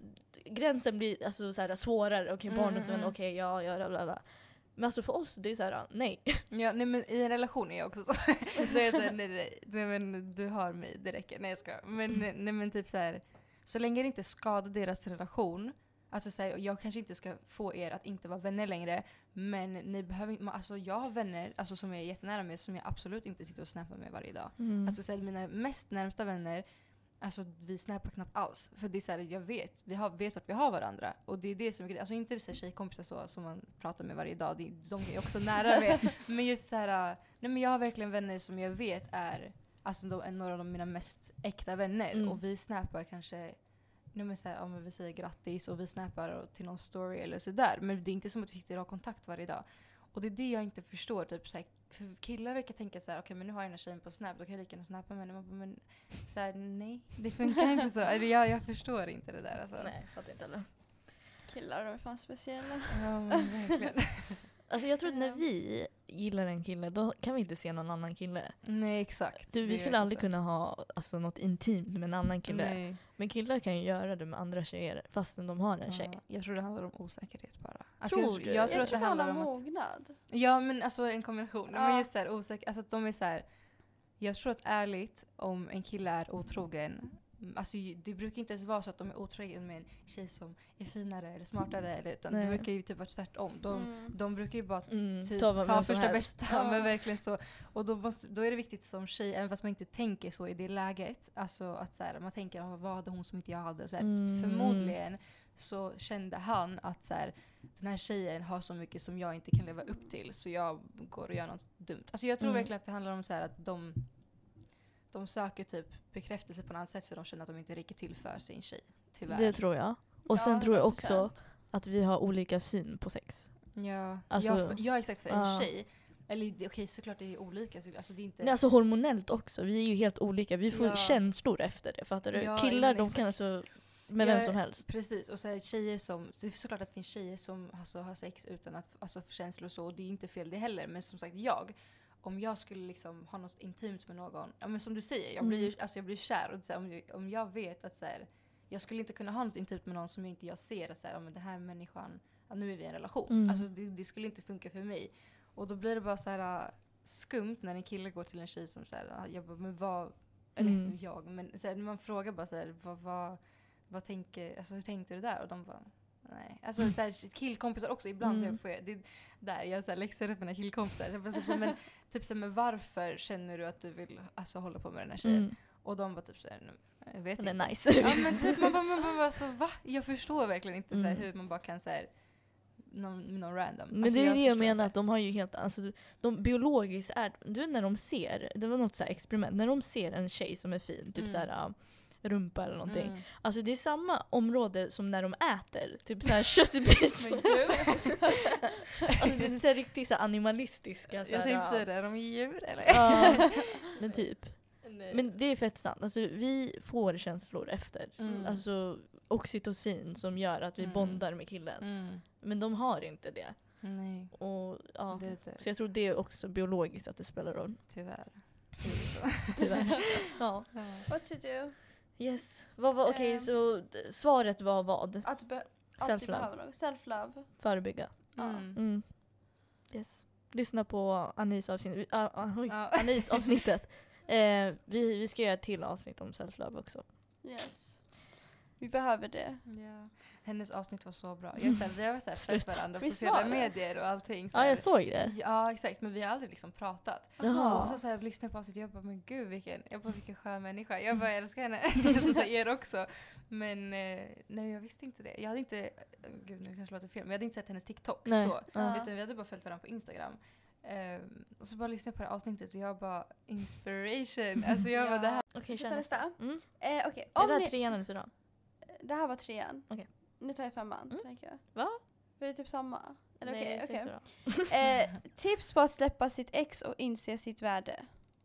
Gränsen blir alltså så här, svårare. Okej, barnens vän, okej, bla. Men alltså för oss, det är så här, nej. Ja, nej, men i en relation är jag också så. Det är så här, nej, men du har mig, det räcker. Nej, jag ska. Men typ så här, så länge det inte skadar deras relation. Alltså så här, jag kanske inte ska få er att inte vara vänner längre, men ni behöver inte, alltså jag har vänner alltså som jag är jättenära med som jag absolut inte sitter och snappar med varje dag. Alltså så här, mina mest närmsta vänner, alltså vi snappar knappt alls. För det är så här, jag vet vart vi har varandra. Och det är det som är grejen. Alltså inte så här tjejkompisar så, som man pratar med varje dag. De är också nära med. Men just så här, nej men jag har verkligen vänner som jag vet är alltså några av mina mest äkta vänner. Och vi snappar kanske, nej men så här, om vi säger grattis och vi snappar till någon story eller sådär. Men det är inte som att vi sitter och har kontakt varje dag. Och det är det jag inte förstår. Typ så här, för killar verkar tänka så här, okej, men nu har jag den här tjejen på Snap, då kan jag lika gärna snappa med henne. Men så här, nej, det funkar inte så. Jag förstår inte det där. Alltså. Nej, jag fattar inte heller. Killar, de är fan speciella. Ja, men verkligen. Alltså jag tror att när vi gillar en kille, då kan vi inte se någon annan kille. Nej, exakt. Vi skulle aldrig kunna ha alltså, något intimt med en annan kille. Nej. Men killar kan ju göra det med andra tjejer fastän de har en tjej. Jag tror det handlar om osäkerhet bara. Alltså, jag tror att det handlar om mognad. Ja, men alltså en kombination. Men just så här, alltså att de är så här, jag tror att ärligt, om en kille är otrogen, alltså det brukar inte ens vara så att de är otrogen med en tjej som är finare eller smartare, eller, utan det brukar ju typ vara tvärtom. De brukar ju bara typ, ta första bästa, men verkligen så. Och då är det viktigt som tjej, även fast man inte tänker så i det läget, alltså att så här, man tänker, vad hade hon som inte jag hade? Så här, förmodligen så kände han att så här, den här tjejen har så mycket som jag inte kan leva upp till, så jag går och gör något dumt. Alltså jag tror verkligen att det handlar om så här, att de söker typ bekräftelse på något annat sätt, för de känner att de inte räcker till för sin tjej, tyvärr. Det tror jag. Och sen tror jag också att vi har olika syn på sex. Ja, alltså, jag exakt för en tjej. Eller okej, såklart det är olika. Alltså, det är inte... Nej, alltså hormonellt också. Vi är ju helt olika. Vi får känslor efter det. Fattar du? Killar, de kan alltså med vem som helst. Precis. Och så är det tjejer som... Det är såklart att det finns tjejer som alltså, har sex utan att alltså, för känslor och så. Och det är inte fel det heller. Men som sagt, om jag skulle liksom ha något intimt med någon, ja men som du säger, jag blir kär, och så här, om jag vet att så här, jag skulle inte kunna ha något intimt med någon som jag ser att så här, ja, men det här människan, ja, nu är vi i en relation. Alltså det skulle inte funka för mig. Och då blir det bara så här skumt när en kille går till en tjej som så här, jag bara, men vad, eller men så här, man frågar bara så här, vad tänker, alltså hur tänkte du där? Och de bara, nej. Alltså så här, killkompisar också ibland jag får det där jag så här läxar upp mina killkompisar. Men typ så här, men varför känner du att du vill alltså hålla på med den här tjejen? Och de bara typ så här, jag vet inte. Det är nice. Ja, men typ man bara så va? Jag förstår verkligen inte så här, hur man bara kan så här någon random. Men alltså, det är det jag menar, att de har ju helt, alltså de biologiskt är, du vet när de ser, det var något så här experiment, när de ser en tjej som är fin, typ så här rumpa eller någonting. Alltså det är samma område som när de äter, typ så här köttbit. Alltså det är så här riktigt så här animalistiska så här, jag tänkte säga det, är de djur eller? Ja, men typ. Nej. Men det är fett sant. Alltså vi får känslor efter. Alltså oxytocin som gör att vi bondar med killen. Men de har inte det. Nej. Och ja, det. så jag tror det är också biologiskt att det spelar roll. Tyvärr. Det är så. Tyvärr. Ja. What to do? Yes. Okej, så svaret var vad? Self-love. Self-love. Förebygga. Yes. Lyssna på Anis-avsnittet. Vi ska göra ett till avsnitt om self-love också. Yes. Vi behöver det. Ja. Hennes avsnitt var så bra. Vi har så här följt varandra på sociala medier och allting. Så ja, jag såg det. Ja, exakt. Men vi har aldrig liksom pratat. Och så här, lyssnade på avsnitt. Jag bara, men gud, vilken skön människa. Jag bara, älskar henne. Så er också. Men nej, jag visste inte det. Jag hade inte, gud, nu kanske låter fel, men jag hade inte sett hennes TikTok. Så. Utan vi hade bara följt varandra på Instagram. Och så bara lyssnade på det avsnittet och jag bara, inspiration. Alltså jag bara, det här. Okej, kör nästa. Är det här 3:an eller 4:an? Det här var 3:an. Okej. Nu tar jag 5:an, tänker jag. Va? Det är typ samma. Eller Nej, okej. Tips på att släppa sitt ex och inse sitt värde.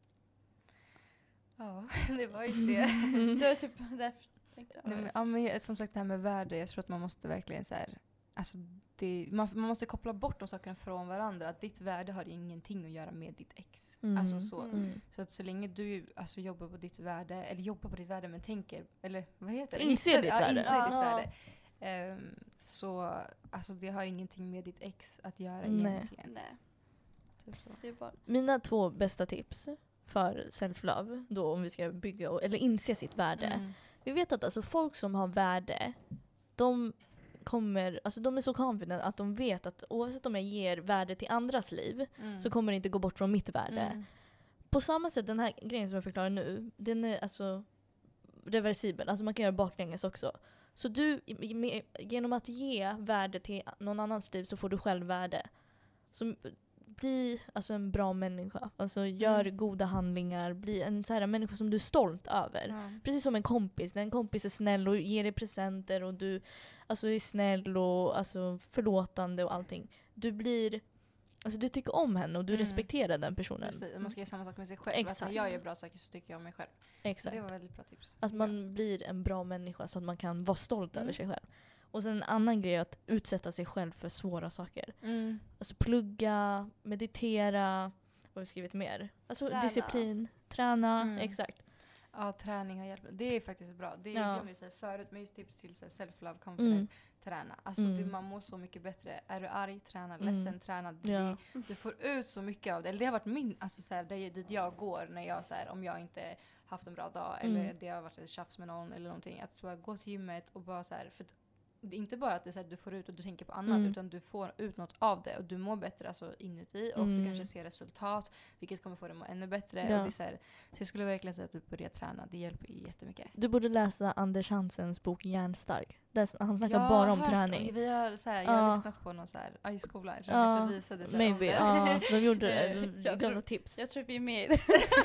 Ja, det var just det. Det var typ därför tänkte jag. Men som sagt, det här med värde, jag tror att man måste verkligen så här, alltså man måste koppla bort de sakerna från varandra. Att ditt värde har ingenting att göra med ditt ex. Alltså så. Så att så länge du alltså jobbar på ditt värde, men tänker, eller vad heter det? Inser ditt värde. Inser ditt värde. Så alltså det har ingenting med ditt ex att göra egentligen. Nej. Typ så. Det är bara... Mina 2 bästa tips för self-love, då om vi ska bygga eller inse sitt värde. Vi vet att alltså folk som har värde, de är så confident att de vet att oavsett om jag ger värde till andras liv så kommer det inte gå bort från mitt värde. På samma sätt, den här grejen som jag förklarar nu, den är alltså reversibel. Alltså man kan göra baklänges också. Så du, genom att ge värde till någon annans liv så får du själv värde. Så bli alltså en bra människa. Alltså gör goda handlingar. Bli en så här människa som du är stolt över. Precis som en kompis. När en kompis är snäll och ger dig presenter och du alltså är snäll och alltså förlåtande och allting. Du tycker om henne och du respekterar den personen. Precis, man ska göra samma sak med sig själv. Exakt. Alltså, jag gör bra saker så tycker jag om mig själv. Exakt. Det var väldigt bra tips. Att man blir en bra människa så att man kan vara stolt över sig själv. Och sen en annan grej är att utsätta sig själv för svåra saker. Alltså plugga, meditera, vad har vi skrivit mer? Alltså disciplin, träna, exakt. Ja, träning har hjälpt. Det är faktiskt bra. Det glömde jag säga förut, men just tips till self-love, confidence, träna. Alltså man mår så mycket bättre. Är du arg, träna, ledsen, träna. Du får ut så mycket av det. Eller det har varit min, alltså så här, dit jag går när jag så här, om jag inte haft en bra dag eller det har varit ett tjafs med någon eller någonting. Att så bara gå till gymmet och bara så här, för det är inte bara att det är så att du får ut och du tänker på annat utan du får ut något av det och du mår bättre alltså inuti och du kanske ser resultat vilket kommer få dig att må ännu bättre och det är så jag skulle verkligen säga att du börjar träna, det hjälper jättemycket. Du borde läsa Anders Hansens bok Hjärnstark. Han snackar bara om träning. Vi har så här, jag har lyssnat på någon så här i skolan, jag tror kanske visade så maybe. De gjorde det. De tips. Jag tror vi är med.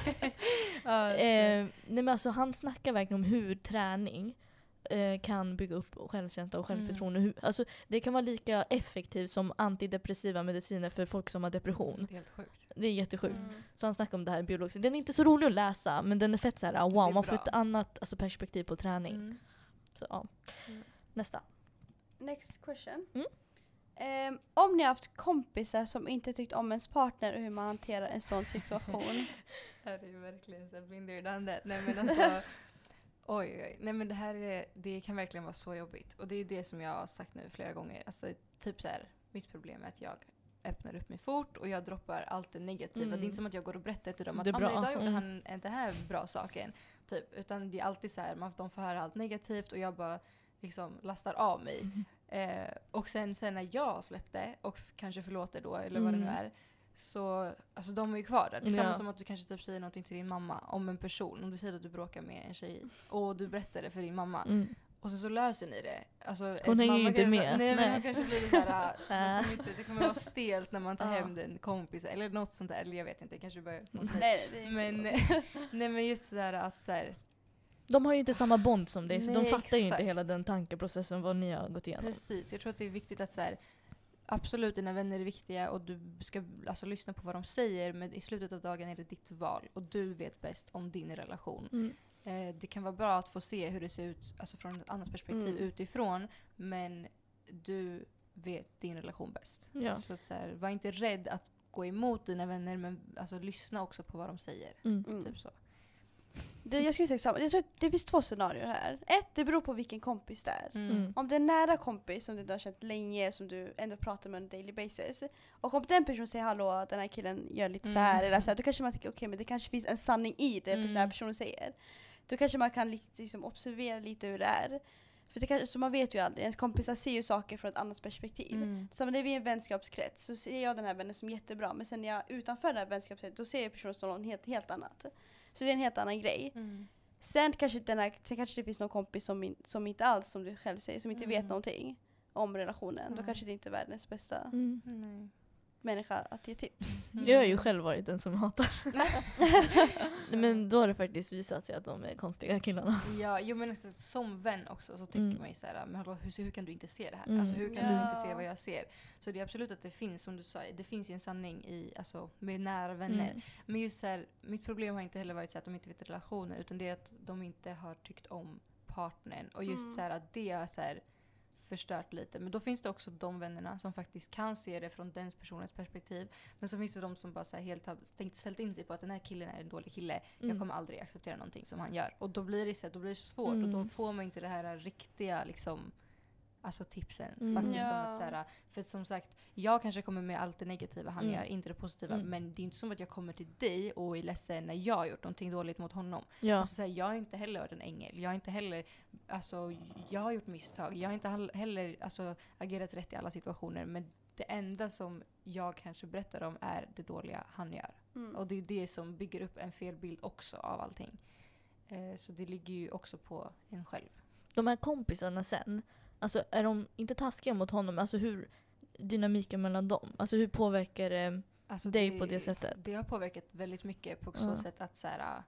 Nej men alltså han snackar verkligen om hur träning kan bygga upp självkänsla och självförtroende. Alltså, det kan vara lika effektivt som antidepressiva mediciner för folk som har depression. Det är helt sjukt. Det är jättesjukt. Så han snackar om det här biologiskt. Den är inte så rolig att läsa, men den är fett så här, wow, man får ett annat alltså, perspektiv på träning. Så ja. Nästa. Next question. Om ni har haft kompisar som inte tyckt om ens partner och hur man hanterar en sån situation. Ja, det är verkligen så been done that. Nej men alltså Oj. Nej men det kan verkligen vara så jobbigt. Och det är det som jag har sagt nu flera gånger. Alltså typ så här, mitt problem är att jag öppnar upp mig fort och jag droppar allt det negativa. Det är inte som att jag går och berättar till dem att idag gjorde han det här bra saken. Typ. Utan det är alltid så här, de får höra allt negativt och jag bara liksom lastar av mig. Och sen när jag släppte och kanske förlåter då eller vad det nu är. Så alltså de är ju kvar där. Det är samma som att du kanske typ säger någonting till din mamma om en person. Om du säger att du bråkar med en tjej och du berättar det för din mamma. Och så löser ni det. Alltså, hon hänger ju inte med. Nej, men hon kanske blir så här, det kommer vara stelt när man tar hem den kompis eller något sånt där. Eller jag vet inte, kanske bara men just så där att så här, de har ju inte samma bond som dig så de fattar ju inte hela den tankeprocessen vad ni har gått igenom. Precis, jag tror att det är viktigt att så här, absolut, dina vänner är viktiga och du ska alltså lyssna på vad de säger, men i slutet av dagen är det ditt val och du vet bäst om din relation. Det kan vara bra att få se hur det ser ut alltså från ett annat perspektiv utifrån, men du vet din relation bäst. Ja. Så att så här, var inte rädd att gå emot dina vänner, men alltså lyssna också på vad de säger. Typ så. Jag skulle säga samma. Jag tror att det finns 2 scenarier här. Ett, det beror på vilken kompis det är. Om det är en nära kompis som du har känt länge, som du ändå pratar med on a daily basis. Och om den personen säger hallå, den här killen gör lite så här eller så här, då kanske man tänker okej, men det kanske finns en sanning i det den här personen säger. Då kanske man kan liksom observera lite hur det är. För det kanske, så man vet ju aldrig. Ens kompisar ser ju saker från ett annat perspektiv. Så när vi är en vänskapskrets så ser jag den här vännen som jättebra. Men sen när jag är utanför den här vänskapskretsen då ser jag personen som något helt annat. Så det är en helt annan grej. Sen kanske det finns någon kompis som inte alls, som du själv säger, som inte vet någonting om relationen. Då kanske det inte är världens bästa. människa att ge tips. Jag har ju själv varit den som hatar. Men då har det faktiskt visat sig att de är konstiga killarna. Ja, jo, men som vän också så tycker man ju så här, men hallå, hur kan du inte se det här? Alltså hur kan du inte se vad jag ser? Så det är absolut att det finns, som du sa, det finns ju en sanning i, alltså, med nära vänner. Men just så här, mitt problem har inte heller varit så att de inte vet relationer, utan det är att de inte har tyckt om partnern. Och just så här, att det är så här förstört lite. Men då finns det också de vännerna som faktiskt kan se det från den personens perspektiv. Men så finns det de som bara så här helt har ställt in sig på att den här killen är en dålig kille. Jag kommer aldrig acceptera någonting som han gör. Och då blir det så här, då blir det svårt. Och då får man inte det här riktiga liksom, alltså tipsen faktiskt om att så här, för som sagt, jag kanske kommer med allt det negativa han gör, inte det positiva, men det är inte som att jag kommer till dig och är ledsen när jag har gjort någonting dåligt mot honom. Alltså, så här, jag har inte heller varit en ängel. Jag har inte heller, alltså, jag har gjort misstag. Jag har inte heller alltså, agerat rätt i alla situationer, men det enda som jag kanske berättar om är det dåliga han gör. Och det är det som bygger upp en felbild också av allting. Så det ligger ju också på en själv. De här kompisarna sen, alltså är de inte taskiga mot honom? Alltså hur dynamiken mellan dem? Alltså hur påverkar det dig på det sättet? Det har påverkat väldigt mycket på så sätt att så här,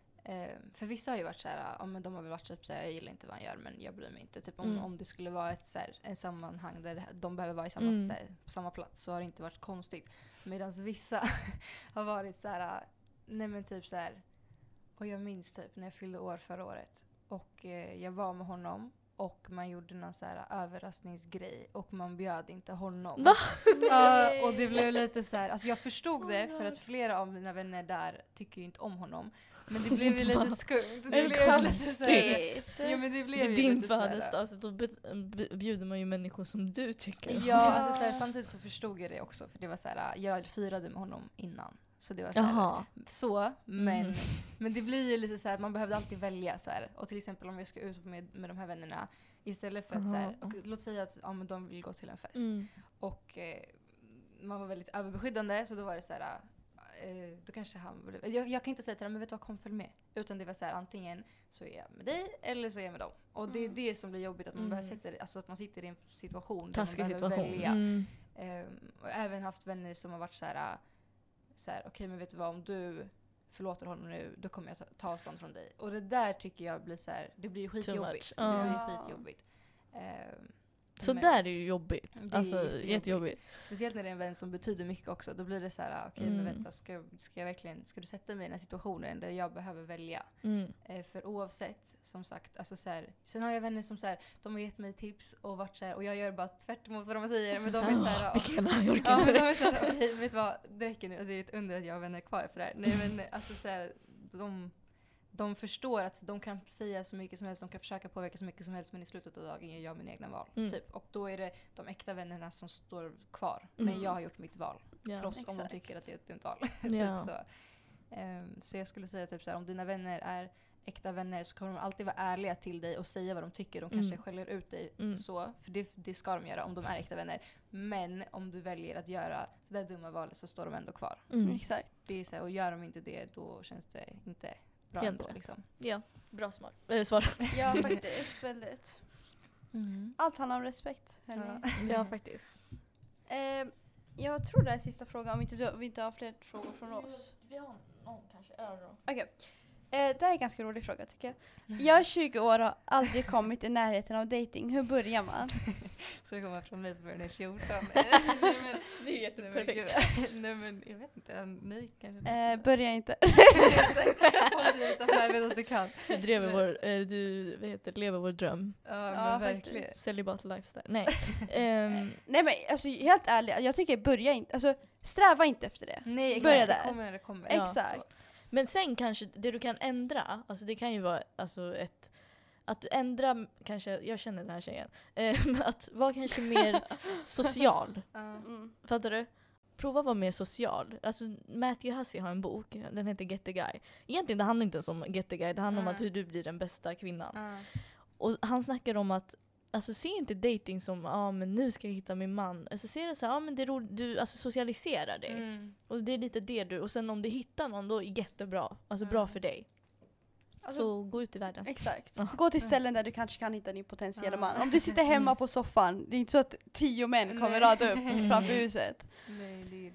för vissa har ju varit så här, ja, men de har väl varit typ så här, jag gillar inte vad han gör men jag bryr mig inte. Typ om det skulle vara ett så här, en sammanhang där de behöver vara i samma, så här, på samma plats, så har det inte varit konstigt. Medan vissa har varit så här, nej men typ så här, och jag minns typ när jag fyllde år förra året och jag var med honom. Och man gjorde någon så här överraskningsgrej. Och man bjöd inte honom. Va? Och det blev lite så här. Alltså jag förstod det. För att flera av mina vänner där tycker ju inte om honom. Men det blev ju lite skumt. Det blev lite så här. Ja, men det blev det är ju din lite så här. födelsedag. Alltså då bjuder man ju människor som du tycker. Ja, alltså så här, samtidigt så förstod jag det också. För det var så här. Jag firade med honom innan. Så det var så här, men det blir ju lite så här, man behövde alltid välja så här. Och till exempel om jag ska ut med de här vännerna istället för att så här, och låt säga att men de vill gå till en fest och man var väldigt överbeskyddande, så då var det så här, då kanske han jag kan inte säga till dem, men vet du vad, kom följ med, utan det var så här, antingen så är jag med dig eller så är jag med dem. Och det är det som blir jobbigt, att man behöver alltså att man sitter i en situation där man behöver välja. Och även haft vänner som har varit så här, okej, men vet du vad, om du förlåter honom nu, då kommer jag ta avstånd från dig. Och det där tycker jag blir så här, det blir skitjobbigt. Det blir skitjobbigt. Så där är det ju jobbigt. Alltså jättejobbigt. Speciellt när det är en vän som betyder mycket också. Då blir det så här, okej, men vänta, ska jag verkligen, ska du sätta mig i den här situationen där jag behöver välja? För oavsett, som sagt, alltså så här, sen har jag vänner som så här, de har gett mig tips och varit så här, och jag gör bara tvärt emot vad de säger, men de är så här, men de är så här, okej, vet du vad, det räcker nu. Och det är ett under att jag har vänner kvar efter det här. Nej, men alltså så här, de förstår att de kan säga så mycket som helst, de kan försöka påverka så mycket som helst, men i slutet av dagen gör jag min egna val. Typ. Och då är det de äkta vännerna som står kvar när jag har gjort mitt val. Trots om de tycker att det är ett dumt val. Typ så. Så jag skulle säga typ så här, om dina vänner är äkta vänner så kommer de alltid vara ärliga till dig och säga vad de tycker. De kanske skäller ut dig så, för det ska de göra om de är äkta vänner. Men om du väljer att göra det där dumma valet så står de ändå kvar. Exakt. Det är så här, och gör de inte det, då känns det inte bra ändå, liksom. Ja, bra svar. Ja, faktiskt. Väldigt. Allt handlar om respekt, hörni. Ja, faktiskt. Jag tror det är sista frågan, om vi inte har fler frågor från oss. Vi har någon kanske. Okej. Det är en ganska rolig fråga, tycker jag. Jag är 20 år och har aldrig kommit i närheten av dating. Hur börjar man? Så kommer från mig som börjar när 14. Det är jätteperfekt. Nej, men jag vet inte. Nej, kanske börja inte. Du lever vår dröm. Ja, verkligen. Celibat lifestyle. Nej. Nej, men alltså helt ärligt, jag tycker börja inte. Alltså sträva inte efter det. Nej, exakt. Börja där. Det kommer. Exakt. Ja, men sen kanske det du kan ändra, alltså det kan ju vara alltså att du ändrar, kanske, jag känner den här tjejen, att vara kanske mer social. Fattar du? Prova att vara mer social. Alltså Matthew Hussey har en bok, den heter Get the Guy. Egentligen det handlar inte om Get the Guy, det handlar om att hur du blir den bästa kvinnan. Och han snackar om att alltså se inte dating som men nu ska jag hitta min man. Alltså se det så här, men det är du alltså socialiserar dig. Och det är lite det du, och sen om du hittar någon då är jättebra. Alltså bra för dig. Alltså, så gå ut i världen. Exakt. Gå till ställen där du kanske kan hitta din potentiella man. Om du sitter hemma på soffan, det är inte så att 10 män kommer rada upp framför huset. Nej, det är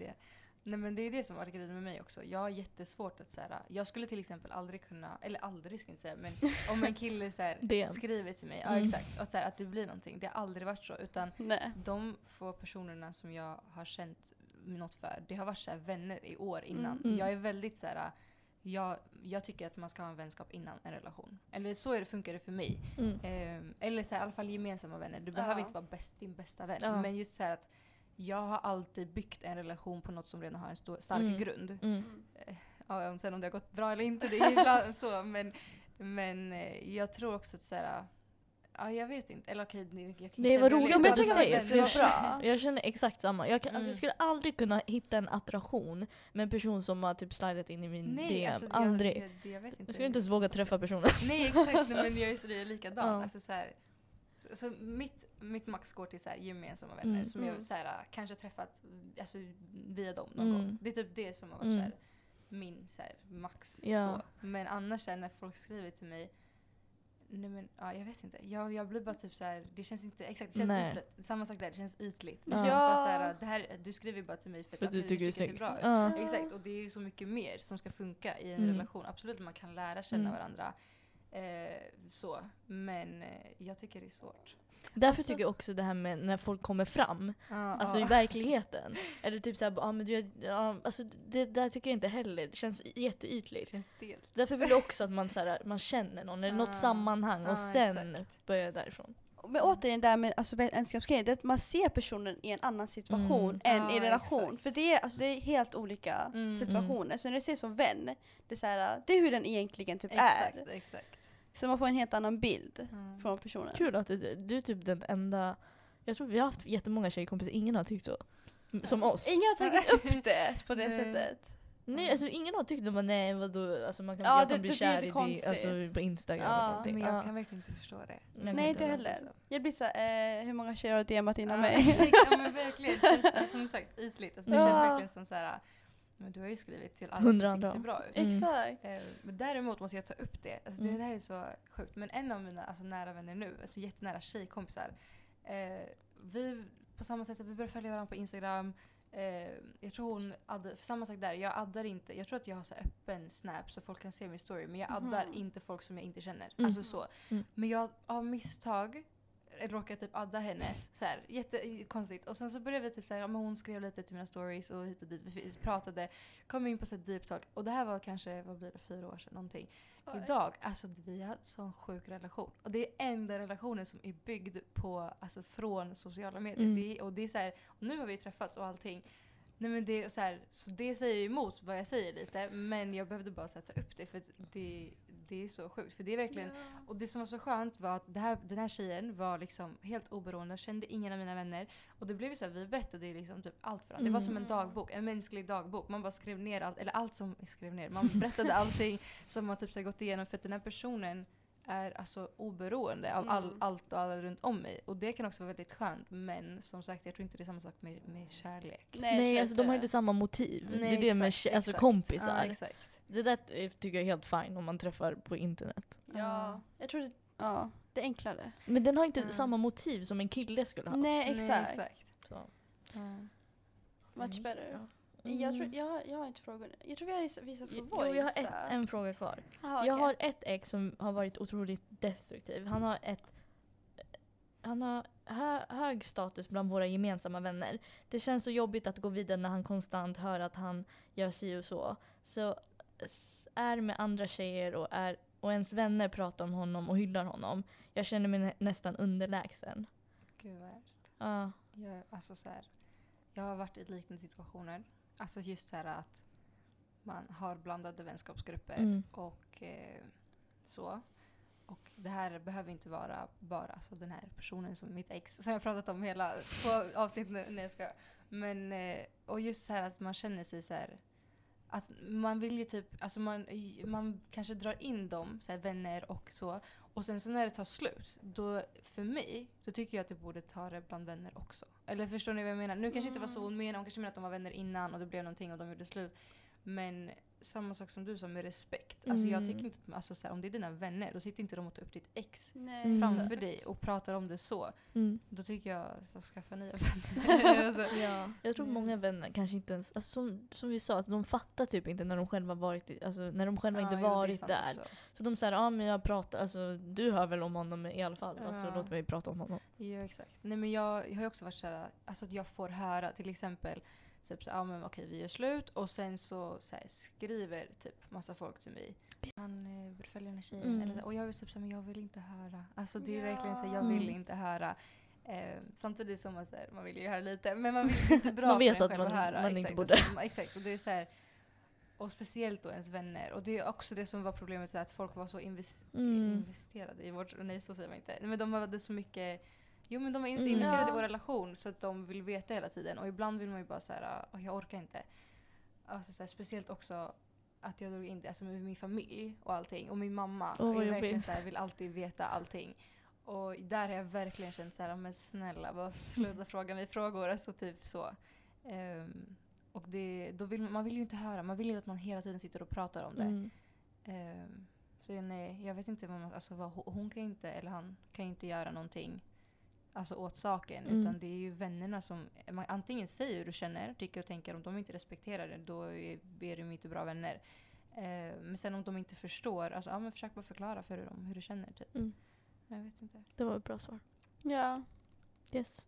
Nej, men det är det som var grejen med mig också. Jag har jättesvårt att såhär, jag skulle till exempel aldrig kunna, eller aldrig ska jag inte säga, men om en kille såhär, skriver till mig, ja exakt, och såhär, att det blir någonting. Det har aldrig varit så, utan de få personerna som jag har känt något för, det har varit såhär vänner i år innan. Jag är väldigt såhär, jag tycker att man ska ha en vänskap innan en relation. Eller så funkar det för mig. Eller så här, i alla fall gemensamma vänner. Du behöver inte vara din bästa vän. Men just så här att jag har alltid byggt en relation på något som redan har en stark grund. Sen om det har gått bra eller inte, det är ibland så. Men jag tror också att så här, ja, jag vet inte. Eller okej, jag kan det var roligt att du säger. Det var bra. Jag känner exakt samma. Jag skulle aldrig kunna hitta en attraktion med en person som har typ slidat in i min DM. Alltså, aldrig. Jag vet inte. Jag skulle inte ens våga träffa personen. Nej, exakt. Men jag är likadan. Alltså, så här, så mitt max går till så här, gemensamma vänner som jag så här, kanske träffat alltså, via dem någon gång. Det är typ det som har varit så här, min så här, max. Så. Men annars när folk skriver till mig, nej men jag vet inte. Jag blir bara typ så här, det känns inte exakt, det känns ytligt. Samma sak där, det känns ytligt. Det känns bara så här, det här, du skriver bara till mig för att du tycker det ser bra ut. Exakt, och det är ju så mycket mer som ska funka i en relation. Absolut, man kan lära känna varandra. Så, men jag tycker det är svårt. Därför tycker jag också det här med när folk kommer fram, alltså i verkligheten. Eller typ såhär, men alltså det där tycker jag inte heller. Det känns jätteytligt. Det känns stelt. Därför vill jag också att man känner någon, eller något sammanhang och sen börjar därifrån. Men återigen där med alltså, vänskapsgrejen, det är att man ser personen i en annan situation än i relation. Exakt. För det är helt olika situationer. Så när du ser som vän, det är, så här, det är hur den egentligen typ är. Exakt. Så man får en helt annan bild från personen. Kul att du är typ den enda, jag tror vi har haft jättemånga tjejkompisar, ingen har tyckt så. Som oss. Ingen har tagit upp det på det sättet. Nej, alltså ingen har tyckt att nej, vadå, alltså man kan bli kär i det alltså, på Instagram eller någonting. Men jag kan verkligen inte förstå det. Nej, inte heller. Jag blir så hur många tjejer har DMat innan mig? Ja, men verkligen. Det känns som sagt ytligt. Alltså, det känns verkligen som så här, men du har ju skrivit till alla som tycker ser bra ut. Exakt. Men däremot måste jag ta upp det. Alltså, det här är så sjukt. Men en av mina nära vänner nu, alltså jättenära tjejkompisar, vi på samma sätt att vi börjar följa varandra på Instagram. Jag tror hon för samma sak där, jag addar inte, jag tror att jag har så öppen snap så folk kan se min story, men jag addar inte folk som jag inte känner, alltså så. Men jag av misstag råkar typ adda henne så här, jättekonstigt, och sen så började vi typ så här, men hon skrev lite till mina stories och hit och dit, vi pratade, kom in på så deep talk, och det här var kanske, vad blir det, 4 år sedan någonting. Idag, alltså vi har en sån sjuk relation. Och det är enda relationen som är byggd på, alltså från sociala medier. Och det är så här, och nu har vi träffats och allting. Nej, men det är så här, så det säger ju emot vad jag säger lite, men jag behövde bara sätta upp det för det är så sjukt, för det är verkligen, och det som var så skönt var att den här tjejen var liksom helt oberoende, kände ingen av mina vänner, och det blev så här, vi berättade liksom typ allt för varandra. Det var som en dagbok, en mänsklig dagbok. Man bara skrev ner allt, eller allt som skrev ner. Man berättade allting som man typ så här gått igenom, för att den här personen är alltså oberoende av allt och alla runt om mig. Och det kan också vara väldigt skönt, men som sagt, jag tror inte det är samma sak med kärlek. Nej, alltså de har inte samma motiv. Nej, det är det med alltså, kompisar. Ja, exakt. Det där tycker jag är helt fine om man träffar på internet. Ja, jag tror det är enklare. Men den har inte samma motiv som en kille skulle ha. Nej, exakt. Så. Much better. Jag har inte frågor. Jag tror vi har visat på vår jag har en fråga kvar. Aha, jag har ett ex som har varit otroligt destruktiv. Han har hög status bland våra gemensamma vänner. Det känns så jobbigt att gå vidare när han konstant hör att han gör si och så. Så är med andra tjejer och ens vänner pratar om honom och hyllar honom. Jag känner mig nästan underlägsen. Gud vad hemskt. Ja. Jag har varit i liknande situationer. Alltså just så här att man har blandade vänskapsgrupper och så. Och det här behöver inte vara bara alltså den här personen som mitt ex, som jag pratat om hela på avsnitt nu när jag ska. Men och just så här att man känner sig så här, att man vill ju typ, alltså man kanske drar in dem, så här, vänner och så. Och sen så när det tar slut, då för mig så tycker jag att det borde ta det bland vänner också. Eller förstår ni vad jag menar? Nu kanske inte var så hon menar, hon kanske menar att de var vänner innan och det blev någonting och de gjorde slut. Men samma sak som du sa med respekt. Alltså jag tycker inte att, alltså, så här, om det är dina vänner, då sitter inte de och tar upp ditt ex framför dig och pratar om det så. Då tycker jag att skaffa nya vänner. Alltså. Ja. Jag tror många vänner kanske inte ens, alltså, som vi sa, alltså, de fattar typ inte när de själva varit, alltså när de själva inte varit där. Också. Så de säger, men jag pratar, alltså du hör väl om honom i alla fall, alltså låt mig prata om honom. Ja, exakt. Nej, men jag har ju också varit såhär, alltså att jag får höra till exempel typ så, men okej, vi gör slut, och sen så här, skriver typ massa folk till mig. Han borde följa den här tjejen. Eller så, och jag vill typ så, men jag vill inte höra. Alltså det är verkligen så, jag vill inte höra. Samtidigt som man vill ju höra lite, men man vill inte bra man vet för att själv att höra. Man inte borde. Alltså, exakt, och det är så här, och speciellt då ens vänner. Och det är också det som var problemet, så att folk var så investerade i vårt, nej så säger man inte. Men de hade så mycket. Jo, men de är investerade i vår relation, så att de vill veta hela tiden. Och ibland vill man ju bara säga, jag orkar inte. Alltså, så här, speciellt också att jag drog in det, alltså, med min familj och allting. Och min mamma är verkligen så här, vill alltid veta allting. Och där har jag verkligen känt så här, men snälla, bara sluta fråga mig frågor. Alltså typ så. Och då man vill ju inte höra. Man vill ju att man hela tiden sitter och pratar om det. Så nej, jag vet inte vad hon kan inte, eller han kan inte göra någonting, alltså åt saken, utan det är ju vännerna som man antingen säger hur du känner, tycker och tänker. Om de inte respekterar det, då är de inte bra vänner. Men sen om de inte förstår, alltså men försök bara förklara för dem hur du känner typ. Jag vet inte. Det var ett bra svar. Ja. Yes.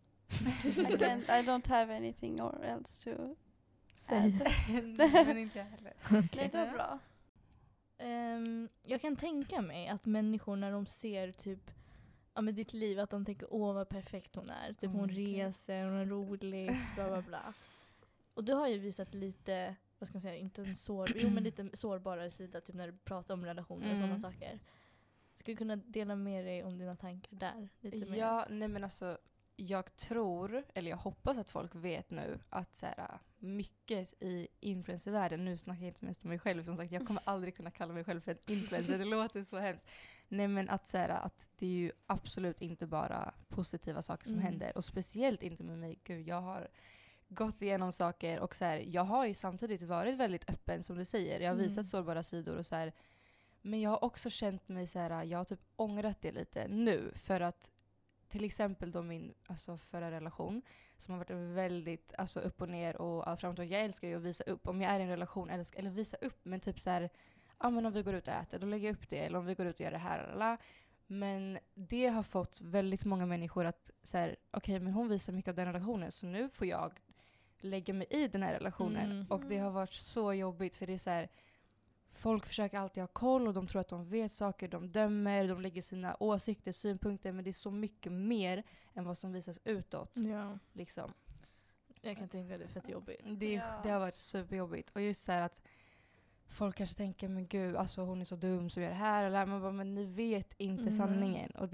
I don't have anything else to say. Men inte jag heller. Okay. Nej, det var bra. Jag kan tänka mig att människor, när de ser typ med ditt liv, att de tänker, vad perfekt hon är. Typ hon reser, hon är rolig, bla bla bla. Och du har ju visat lite, vad ska man säga, inte en men lite sårbarare sida, typ när du pratar om relationer och sådana saker. Skulle du kunna dela med dig om dina tankar där? Lite mer? Ja, nej men alltså, jag tror, eller jag hoppas att folk vet nu att så här, mycket i influencervärlden, nu snackar jag inte mest om mig själv, som sagt, jag kommer aldrig kunna kalla mig själv för en influencer, det låter så hemskt. Nej, men att, så här, att det är ju absolut inte bara positiva saker som händer, och speciellt inte med mig. Gud, jag har gått igenom saker, och så här, jag har ju samtidigt varit väldigt öppen, som du säger. Jag har visat sårbara sidor och så här, men jag har också känt mig så här, jag har typ ångrat det lite nu, för att till exempel då min förra relation, som har varit väldigt upp och ner och framåt. Jag älskar ju att visa upp. Om jag är i en relation, eller visa upp, men typ så här, men om vi går ut och äter, då lägger jag upp det. Eller om vi går ut och gör det här, eller. Men det har fått väldigt många människor att så här, okej, men hon visar mycket av den relationen, så nu får jag lägga mig i den här relationen. Och det har varit så jobbigt, för det är så här, folk försöker alltid ha koll, och de tror att de vet saker, de dömer, de lägger sina åsikter, synpunkter, men det är så mycket mer än vad som visas utåt. Ja. Liksom. Jag kan tänka det är fett jobbigt. Det har varit superjobbigt. Och just så här att folk kanske tänker, men gud, alltså hon är så dum som gör det här, eller man bara, men ni vet inte sanningen. Och det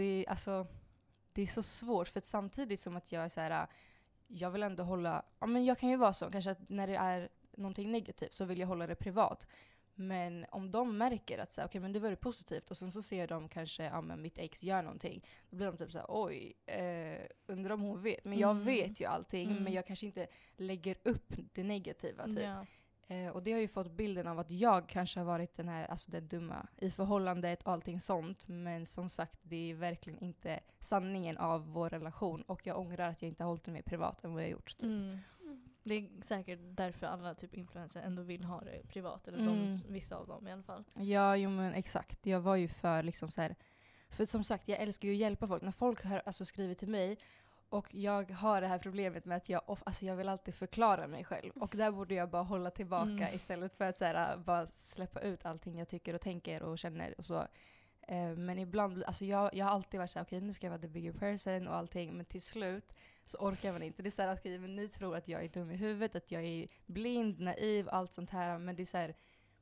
är så svårt, för att samtidigt som att jag är så här, jag vill ändå hålla, men jag kan ju vara så, kanske att när det är någonting negativt så vill jag hålla det privat. Men om de märker att okej, men det var det positivt, och sen så ser de kanske, men mitt ex gör någonting, då blir de typ så här, oj, undrar om hon vet. Men jag vet ju allting, men jag kanske inte lägger upp det negativa typ. Ja. Och det har ju fått bilden av att jag kanske har varit den här, den dumma i förhållandet och allting sånt. Men som sagt, det är verkligen inte sanningen av vår relation, och jag ångrar att jag inte har hållit det mer privat än vad jag har gjort typ. Det är säkert därför alla typ influencers ändå vill ha det privat. Eller vissa av dem i alla fall. Ja, jo men exakt. Jag var ju för liksom så här. För som sagt, jag älskar ju att hjälpa folk. När folk skriver till mig, och jag har det här problemet med att jag vill alltid förklara mig själv. Och där borde jag bara hålla tillbaka istället för att så här, bara släppa ut allting jag tycker och tänker och känner och så. Men ibland, jag har alltid varit så här, okej, nu ska jag vara the bigger person och allting, men till slut så orkar man inte. Det är så här, okej, men ni tror att jag är dum i huvudet, att jag är blind, naiv, allt sånt här, men det är så här,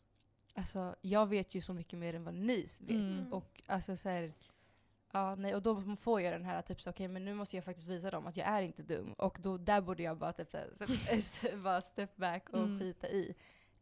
jag vet ju så mycket mer än vad ni vet. Och så här, och då får jag den här typ så, okej, men nu måste jag faktiskt visa dem att jag är inte dum, och då där borde jag bara typ så bara step back och skita i.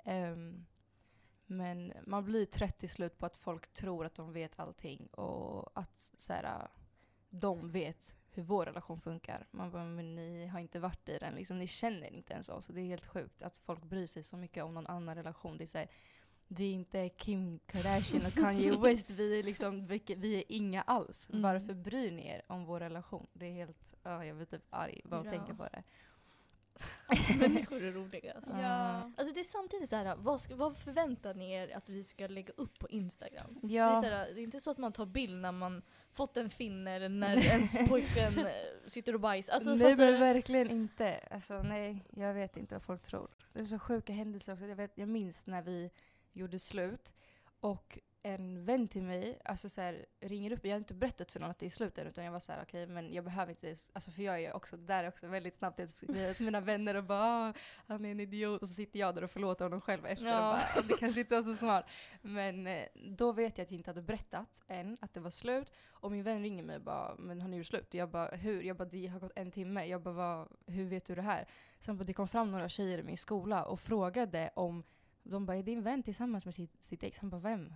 Men man blir trött till slut på att folk tror att de vet allting, och att så här, de vet hur vår relation funkar. Man bara, men ni har inte varit i den. Liksom, ni känner inte ens oss. Så det är helt sjukt att folk bryr sig så mycket om någon annan relation. Det är så här, vi är inte Kim Kardashian och Kanye West. Vi är inga alls. Varför bryr ni er om vår relation? Det är helt, jag blir typ arg bara att tänka på det. Människor är roliga. Alltså. Ja. Alltså det är samtidigt så här, vad förväntar ni er att vi ska lägga upp på Instagram? Ja. Det är, så här, det är inte så att man tar bild när man fått en finne eller när ens pojkvän sitter och bajsar. Alltså, nej, men verkligen inte. Alltså, nej, jag vet inte vad folk tror. Det är så sjuka händelser också. Jag minns när vi gjorde slut och en vän till mig alltså så här, ringer upp. Jag har inte berättat för någon att det är slut än, utan jag var så här, okej, men jag behöver inte, alltså för jag är också där också väldigt snabbt till mina vänner och bara han är en idiot, och så sitter jag där och förlåter honom själv efter och bara, det kanske inte var så smart. Men då vet jag att jag inte hade berättat än att det var slut, och min vän ringer mig och bara, men har ni gjort slut? Jag bara, hur? Jag bara, det har gått 1 timme. Jag bara, hur vet du det här? Sen bara, det kom fram några tjejer i min skola och frågade om de bara, är din vän tillsammans med sitt ex? Han bara, vem?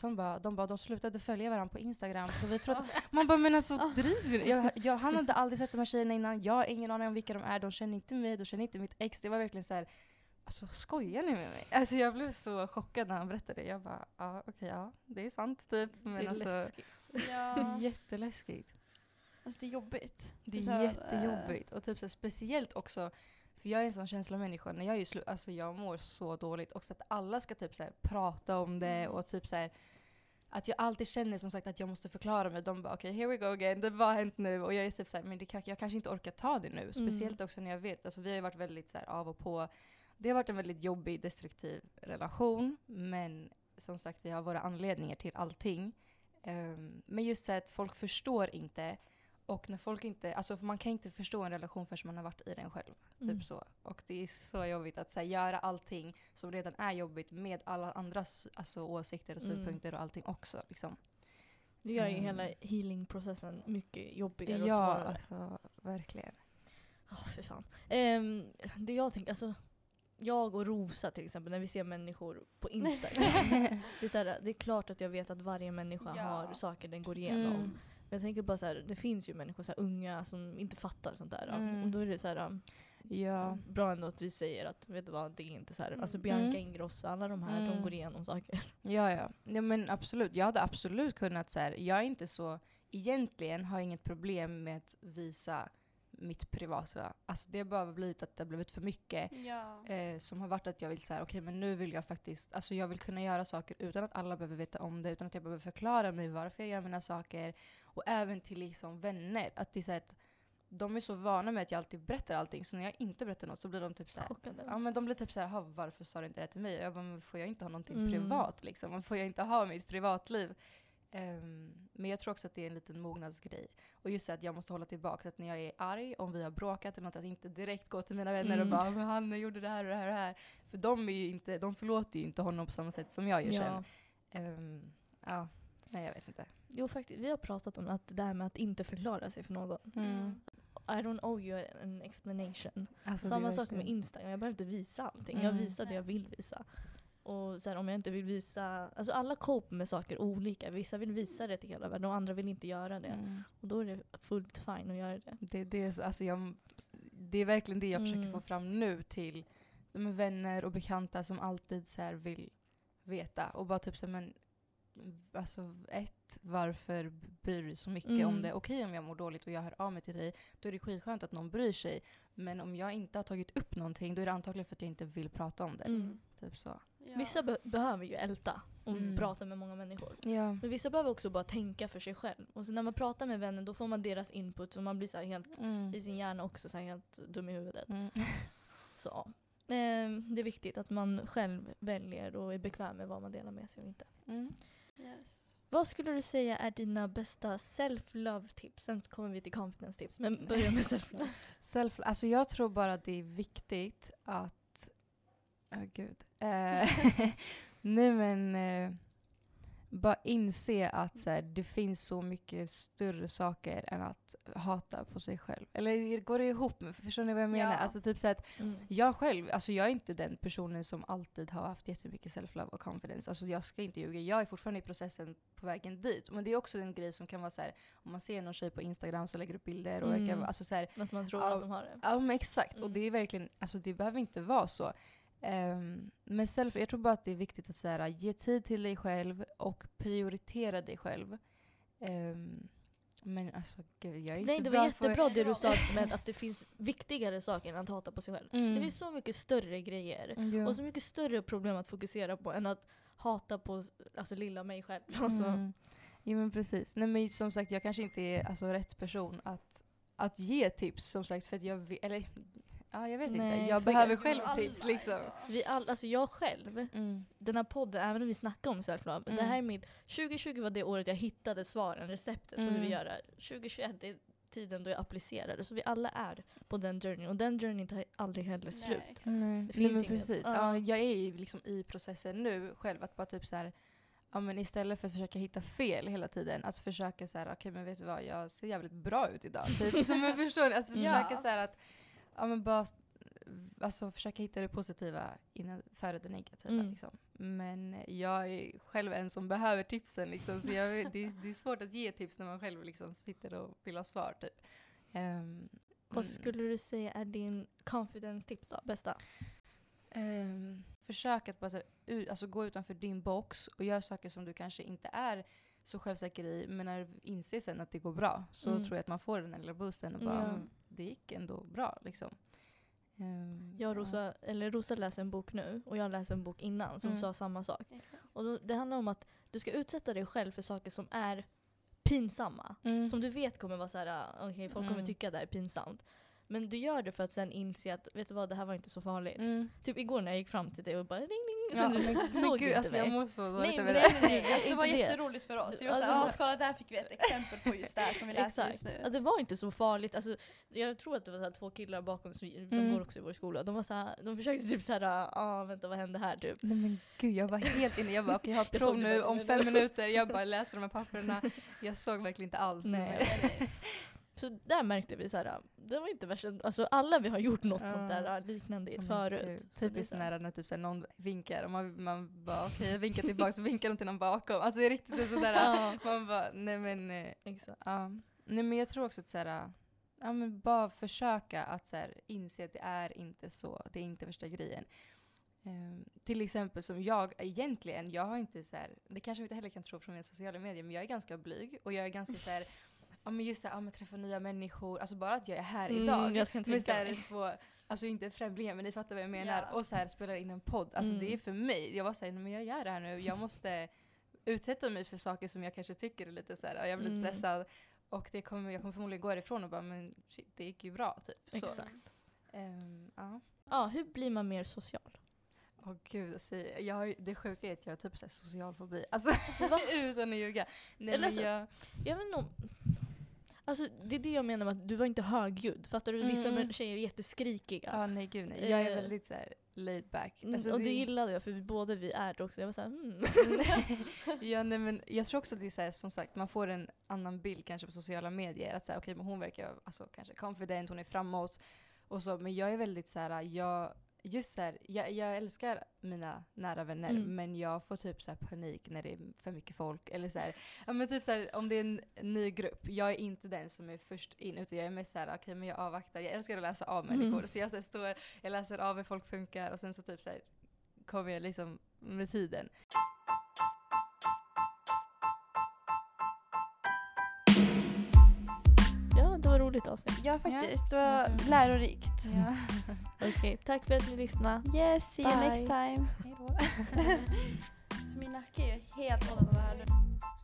De slutade följa varandra på Instagram. Så vi tror att, man bara, men alltså driver. Han hade aldrig sett de här tjejerna innan. Jag har ingen aning om vilka de är. De känner inte mig, de känner inte mitt ex. Det var verkligen så här, alltså skojar ni med mig? Alltså jag blev så chockad när han berättade. Jag bara, okej, det är sant typ. Men det är alltså, läskigt. Ja. jätteläskigt. Alltså det är jobbigt. Det är jättejobbigt. Och typ så här, speciellt också, för jag är en sån känslomänniska. När jag är slut, alltså jag mår så dåligt. Och så att alla ska typ så här prata om det. Och typ så här, att jag alltid känner som sagt att jag måste förklara mig. De bara, okej, here we go again. Det var hänt nu. Och jag är typ så här, men jag kanske inte orkar ta det nu. Speciellt också när jag vet, alltså vi har ju varit väldigt så här av och på. Det har varit en väldigt jobbig, destruktiv relation. Men som sagt, vi har våra anledningar till allting. Men just så att folk förstår inte. Och när folk inte, alltså man kan inte förstå en relation förrän man har varit i den själv. Typ så. Och det är så jobbigt att så här, göra allting som redan är jobbigt med alla andras alltså, åsikter och synpunkter och allting också. Liksom. Det gör ju hela healingprocessen mycket jobbigare och ja, svårare. alltså verkligen. För fan. Det jag tänker, alltså jag och Rosa till exempel, när vi ser människor på Instagram. Det är så här, det är klart att jag vet att varje människa har saker den går igenom. Jag tänker bara så här, det finns ju människor så här, unga som inte fattar sånt där. Och då är det så här, bra ändå att vi säger att, vet du vad, det är inte så här. Alltså Bianca Ingrosso, alla de här, de går igenom saker. Ja, men absolut. Jag hade absolut kunnat så här, jag är inte så, egentligen har jag inget problem med att visa mitt privata. Alltså det har bara blivit att det har blivit för mycket. Som har varit att jag vill säga, okej, men nu vill jag faktiskt, alltså jag vill kunna göra saker utan att alla behöver veta om det, utan att jag behöver förklara mig varför jag gör mina saker. Och även till liksom vänner. Att det är så här, att de är så vana med att jag alltid berättar allting, så när jag inte berättar något så blir de typ så här, ja men de blir typ så här, varför sa du inte det till mig? Jag bara, men får jag inte ha någonting privat liksom? Får jag inte ha mitt privatliv? Men jag tror också att det är en liten mognadsgrej. Och just att jag måste hålla tillbaka, att när jag är arg, om vi har bråkat eller något, att inte direkt gå till mina vänner och bara, men han gjorde det här och det här och det här. För de förlåter ju inte honom på samma sätt som jag gör sen. Nej, jag vet inte. Jo, faktiskt, vi har pratat om att det här med att inte förklara sig för någon. I don't owe you an explanation. Alltså, samma sak med Instagram, jag behöver inte visa allting. Jag visar det jag vill visa. Och sen om jag inte vill visa, alltså alla cope med saker olika. Vissa vill visa det till hela världen och andra vill inte göra det. Och då är det fullt fine att göra det. Det är verkligen det jag försöker få fram nu till de vänner och bekanta som alltid så här vill veta. Och bara typ så här, men alltså varför bryr du dig så mycket om det? Okej, om jag mår dåligt och jag hör av mig till dig, då är det skitskönt att någon bryr sig. Men om jag inte har tagit upp någonting, då är det antagligen för att jag inte vill prata om det. Typ så. Ja. Vissa behöver ju älta och prata med många människor. Ja. Men vissa behöver också bara tänka för sig själv. Och så när man pratar med vänner, då får man deras input, så man blir så här helt i sin hjärna också så här helt dum i huvudet. Så det är viktigt att man själv väljer och är bekväm med vad man delar med sig och inte. Yes. Vad skulle du säga är dina bästa self-love-tips? Sen kommer vi till confidence-tips, men börja med self-love. Alltså jag tror bara att det är viktigt att bara inse att så här, det finns så mycket större saker än att hata på sig själv. Eller går det ihop med? Förstår ni vad jag menar? Alltså typ så att jag själv, alltså jag är inte den personen som alltid har haft jättemycket self-love och confidence. Alltså jag ska inte ljuga. Jag är fortfarande i processen på vägen dit. Men det är också en grej som kan vara så här, om man ser någon tjej på Instagram så lägger upp bilder och verkar, alltså så här, att man tror att de har det. Ja, men exakt. Och det är verkligen, alltså det behöver inte vara så. Men jag tror bara att det är viktigt att så här, ge tid till dig själv och prioritera dig själv. Men alltså gud, jag är inte det bra var jättebra det du sa med att det finns viktigare saker än att hata på sig själv. Det finns så mycket större grejer och så mycket större problem att fokusera på än att hata på alltså lilla mig själv. Alltså. Jo men precis. Nej men som sagt, jag kanske inte är alltså rätt person att ge tips som sagt, för att jag vet, eller jag vet inte. Jag behöver själv tips liksom. Alltså jag själv, den här podden, även om vi snackar om self-love, det här är mitt 2020 var det året jag hittade svaren, receptet på hur vi gör det. 2021 är tiden då jag applicerade, så vi alla är på den journey, och den journey tar aldrig heller slut. Det finns precis. Jag är liksom i processen nu själv att bara typ så här, men istället för att försöka hitta fel hela tiden, att försöka så här, okej, men vet du vad, jag ser jävligt bra ut idag typ, som jag förstår, alltså försöka så här att men bara alltså försöka hitta det positiva före det negativa liksom. Men jag är själv en som behöver tipsen liksom, så det är svårt att ge tips när man själv liksom sitter och vill ha svar typ. Vad skulle du säga är din confidence tips då, bästa? Försök att bara alltså gå utanför din box och göra saker som du kanske inte är så självsäker i, men när du inser sen att det går bra, så tror jag att man får den här lilla boosten och bara, det gick ändå bra liksom. Rosa läser en bok nu och jag läser en bok innan som sa samma sak. Och då, det handlar om att du ska utsätta dig själv för saker som är pinsamma. Som du vet kommer vara så här, okej, folk kommer tycka det är pinsamt. Men du gör det för att sen inse att, vet du vad, det här var inte så farligt. Typ igår när jag gick fram till dig och bara ring, ring. Sen men gud, alltså jag mår så dåligt över nej. Alltså, det var jätteroligt för oss. Jag sa, kolla, där fick vi ett exempel på just det här som vi läser just nu. Alltså, det var inte så farligt. Alltså, jag tror att det var så här, 2 killar bakom, så de går också i vår skola. De var så här, de försökte typ så här, vänta, vad hände här typ? Nej men gud, jag var helt inne. Jag bara, okej, jag har prov nu om 5 minuter. Jag bara läser de här papperna. Jag såg verkligen inte alls. Nej. Så där märkte vi så här, det var inte värsta, alltså alla vi har gjort något sånt där liknande förut. Typiskt nära när typ så här, någon vinkar och man bara okej, jag vinkar tillbaka, så vinkar de till någon bakom. Alltså det är riktigt sådär, man bara nej men exakt. Nej men jag tror också att så här, men bara försöka att så här, inse att det är inte så, det är inte värsta grejen. Till exempel som jag har inte så här, det kanske inte heller kan tro från mina sociala medier, men jag är ganska blyg och jag är ganska så här, men just det, men träffa nya människor. Alltså bara att jag är här idag. Jag kan men så här, alltså inte främlingar, men ni fattar vad jag menar. Yeah. Och så här spelar in en podd. Alltså det är för mig. Jag var såhär, men jag gör det här nu. Jag måste utsätta mig för saker som jag kanske tycker är lite så här, och jag blir lite stressad. Och jag kommer förmodligen gå ifrån och bara, men shit, det gick ju bra typ. Exakt. Hur blir man mer social? Gud, alltså, det sjuka är att jag har typ så här social fobi. Alltså, utan att ljuga. Nej, men jag vet nog. Alltså det är det jag menar med att du var inte högljudd. Fattar du? Vissa tjejer är jätteskrikiga. Nej gud nej. Jag är väldigt så här laid back. Alltså, och det gillade jag, för vi är det också. Jag var så här, nej, men jag tror också att det är så här, som sagt, man får en annan bild kanske på sociala medier. Att säga, okej, men hon verkar alltså kanske confident, hon är framåt och så. Men jag är väldigt så här, jag älskar mina nära vänner, men jag får typ så här panik när det är för mycket folk, eller så här, men typ så här, om det är en ny grupp, jag är inte den som är först in, utan jag är mest så här, okej, men jag avvaktar, jag älskar att läsa av människor, så jag läser av hur folk funkar, och sen så typ så här kommer jag liksom med tiden. Det var roligt avsnitt. Ja, faktiskt. Det var lärorikt. Ja. Okej, tack för att ni lyssnade. Yes, see you next time. Hejdå. Så min nacke är helt hållande här nu.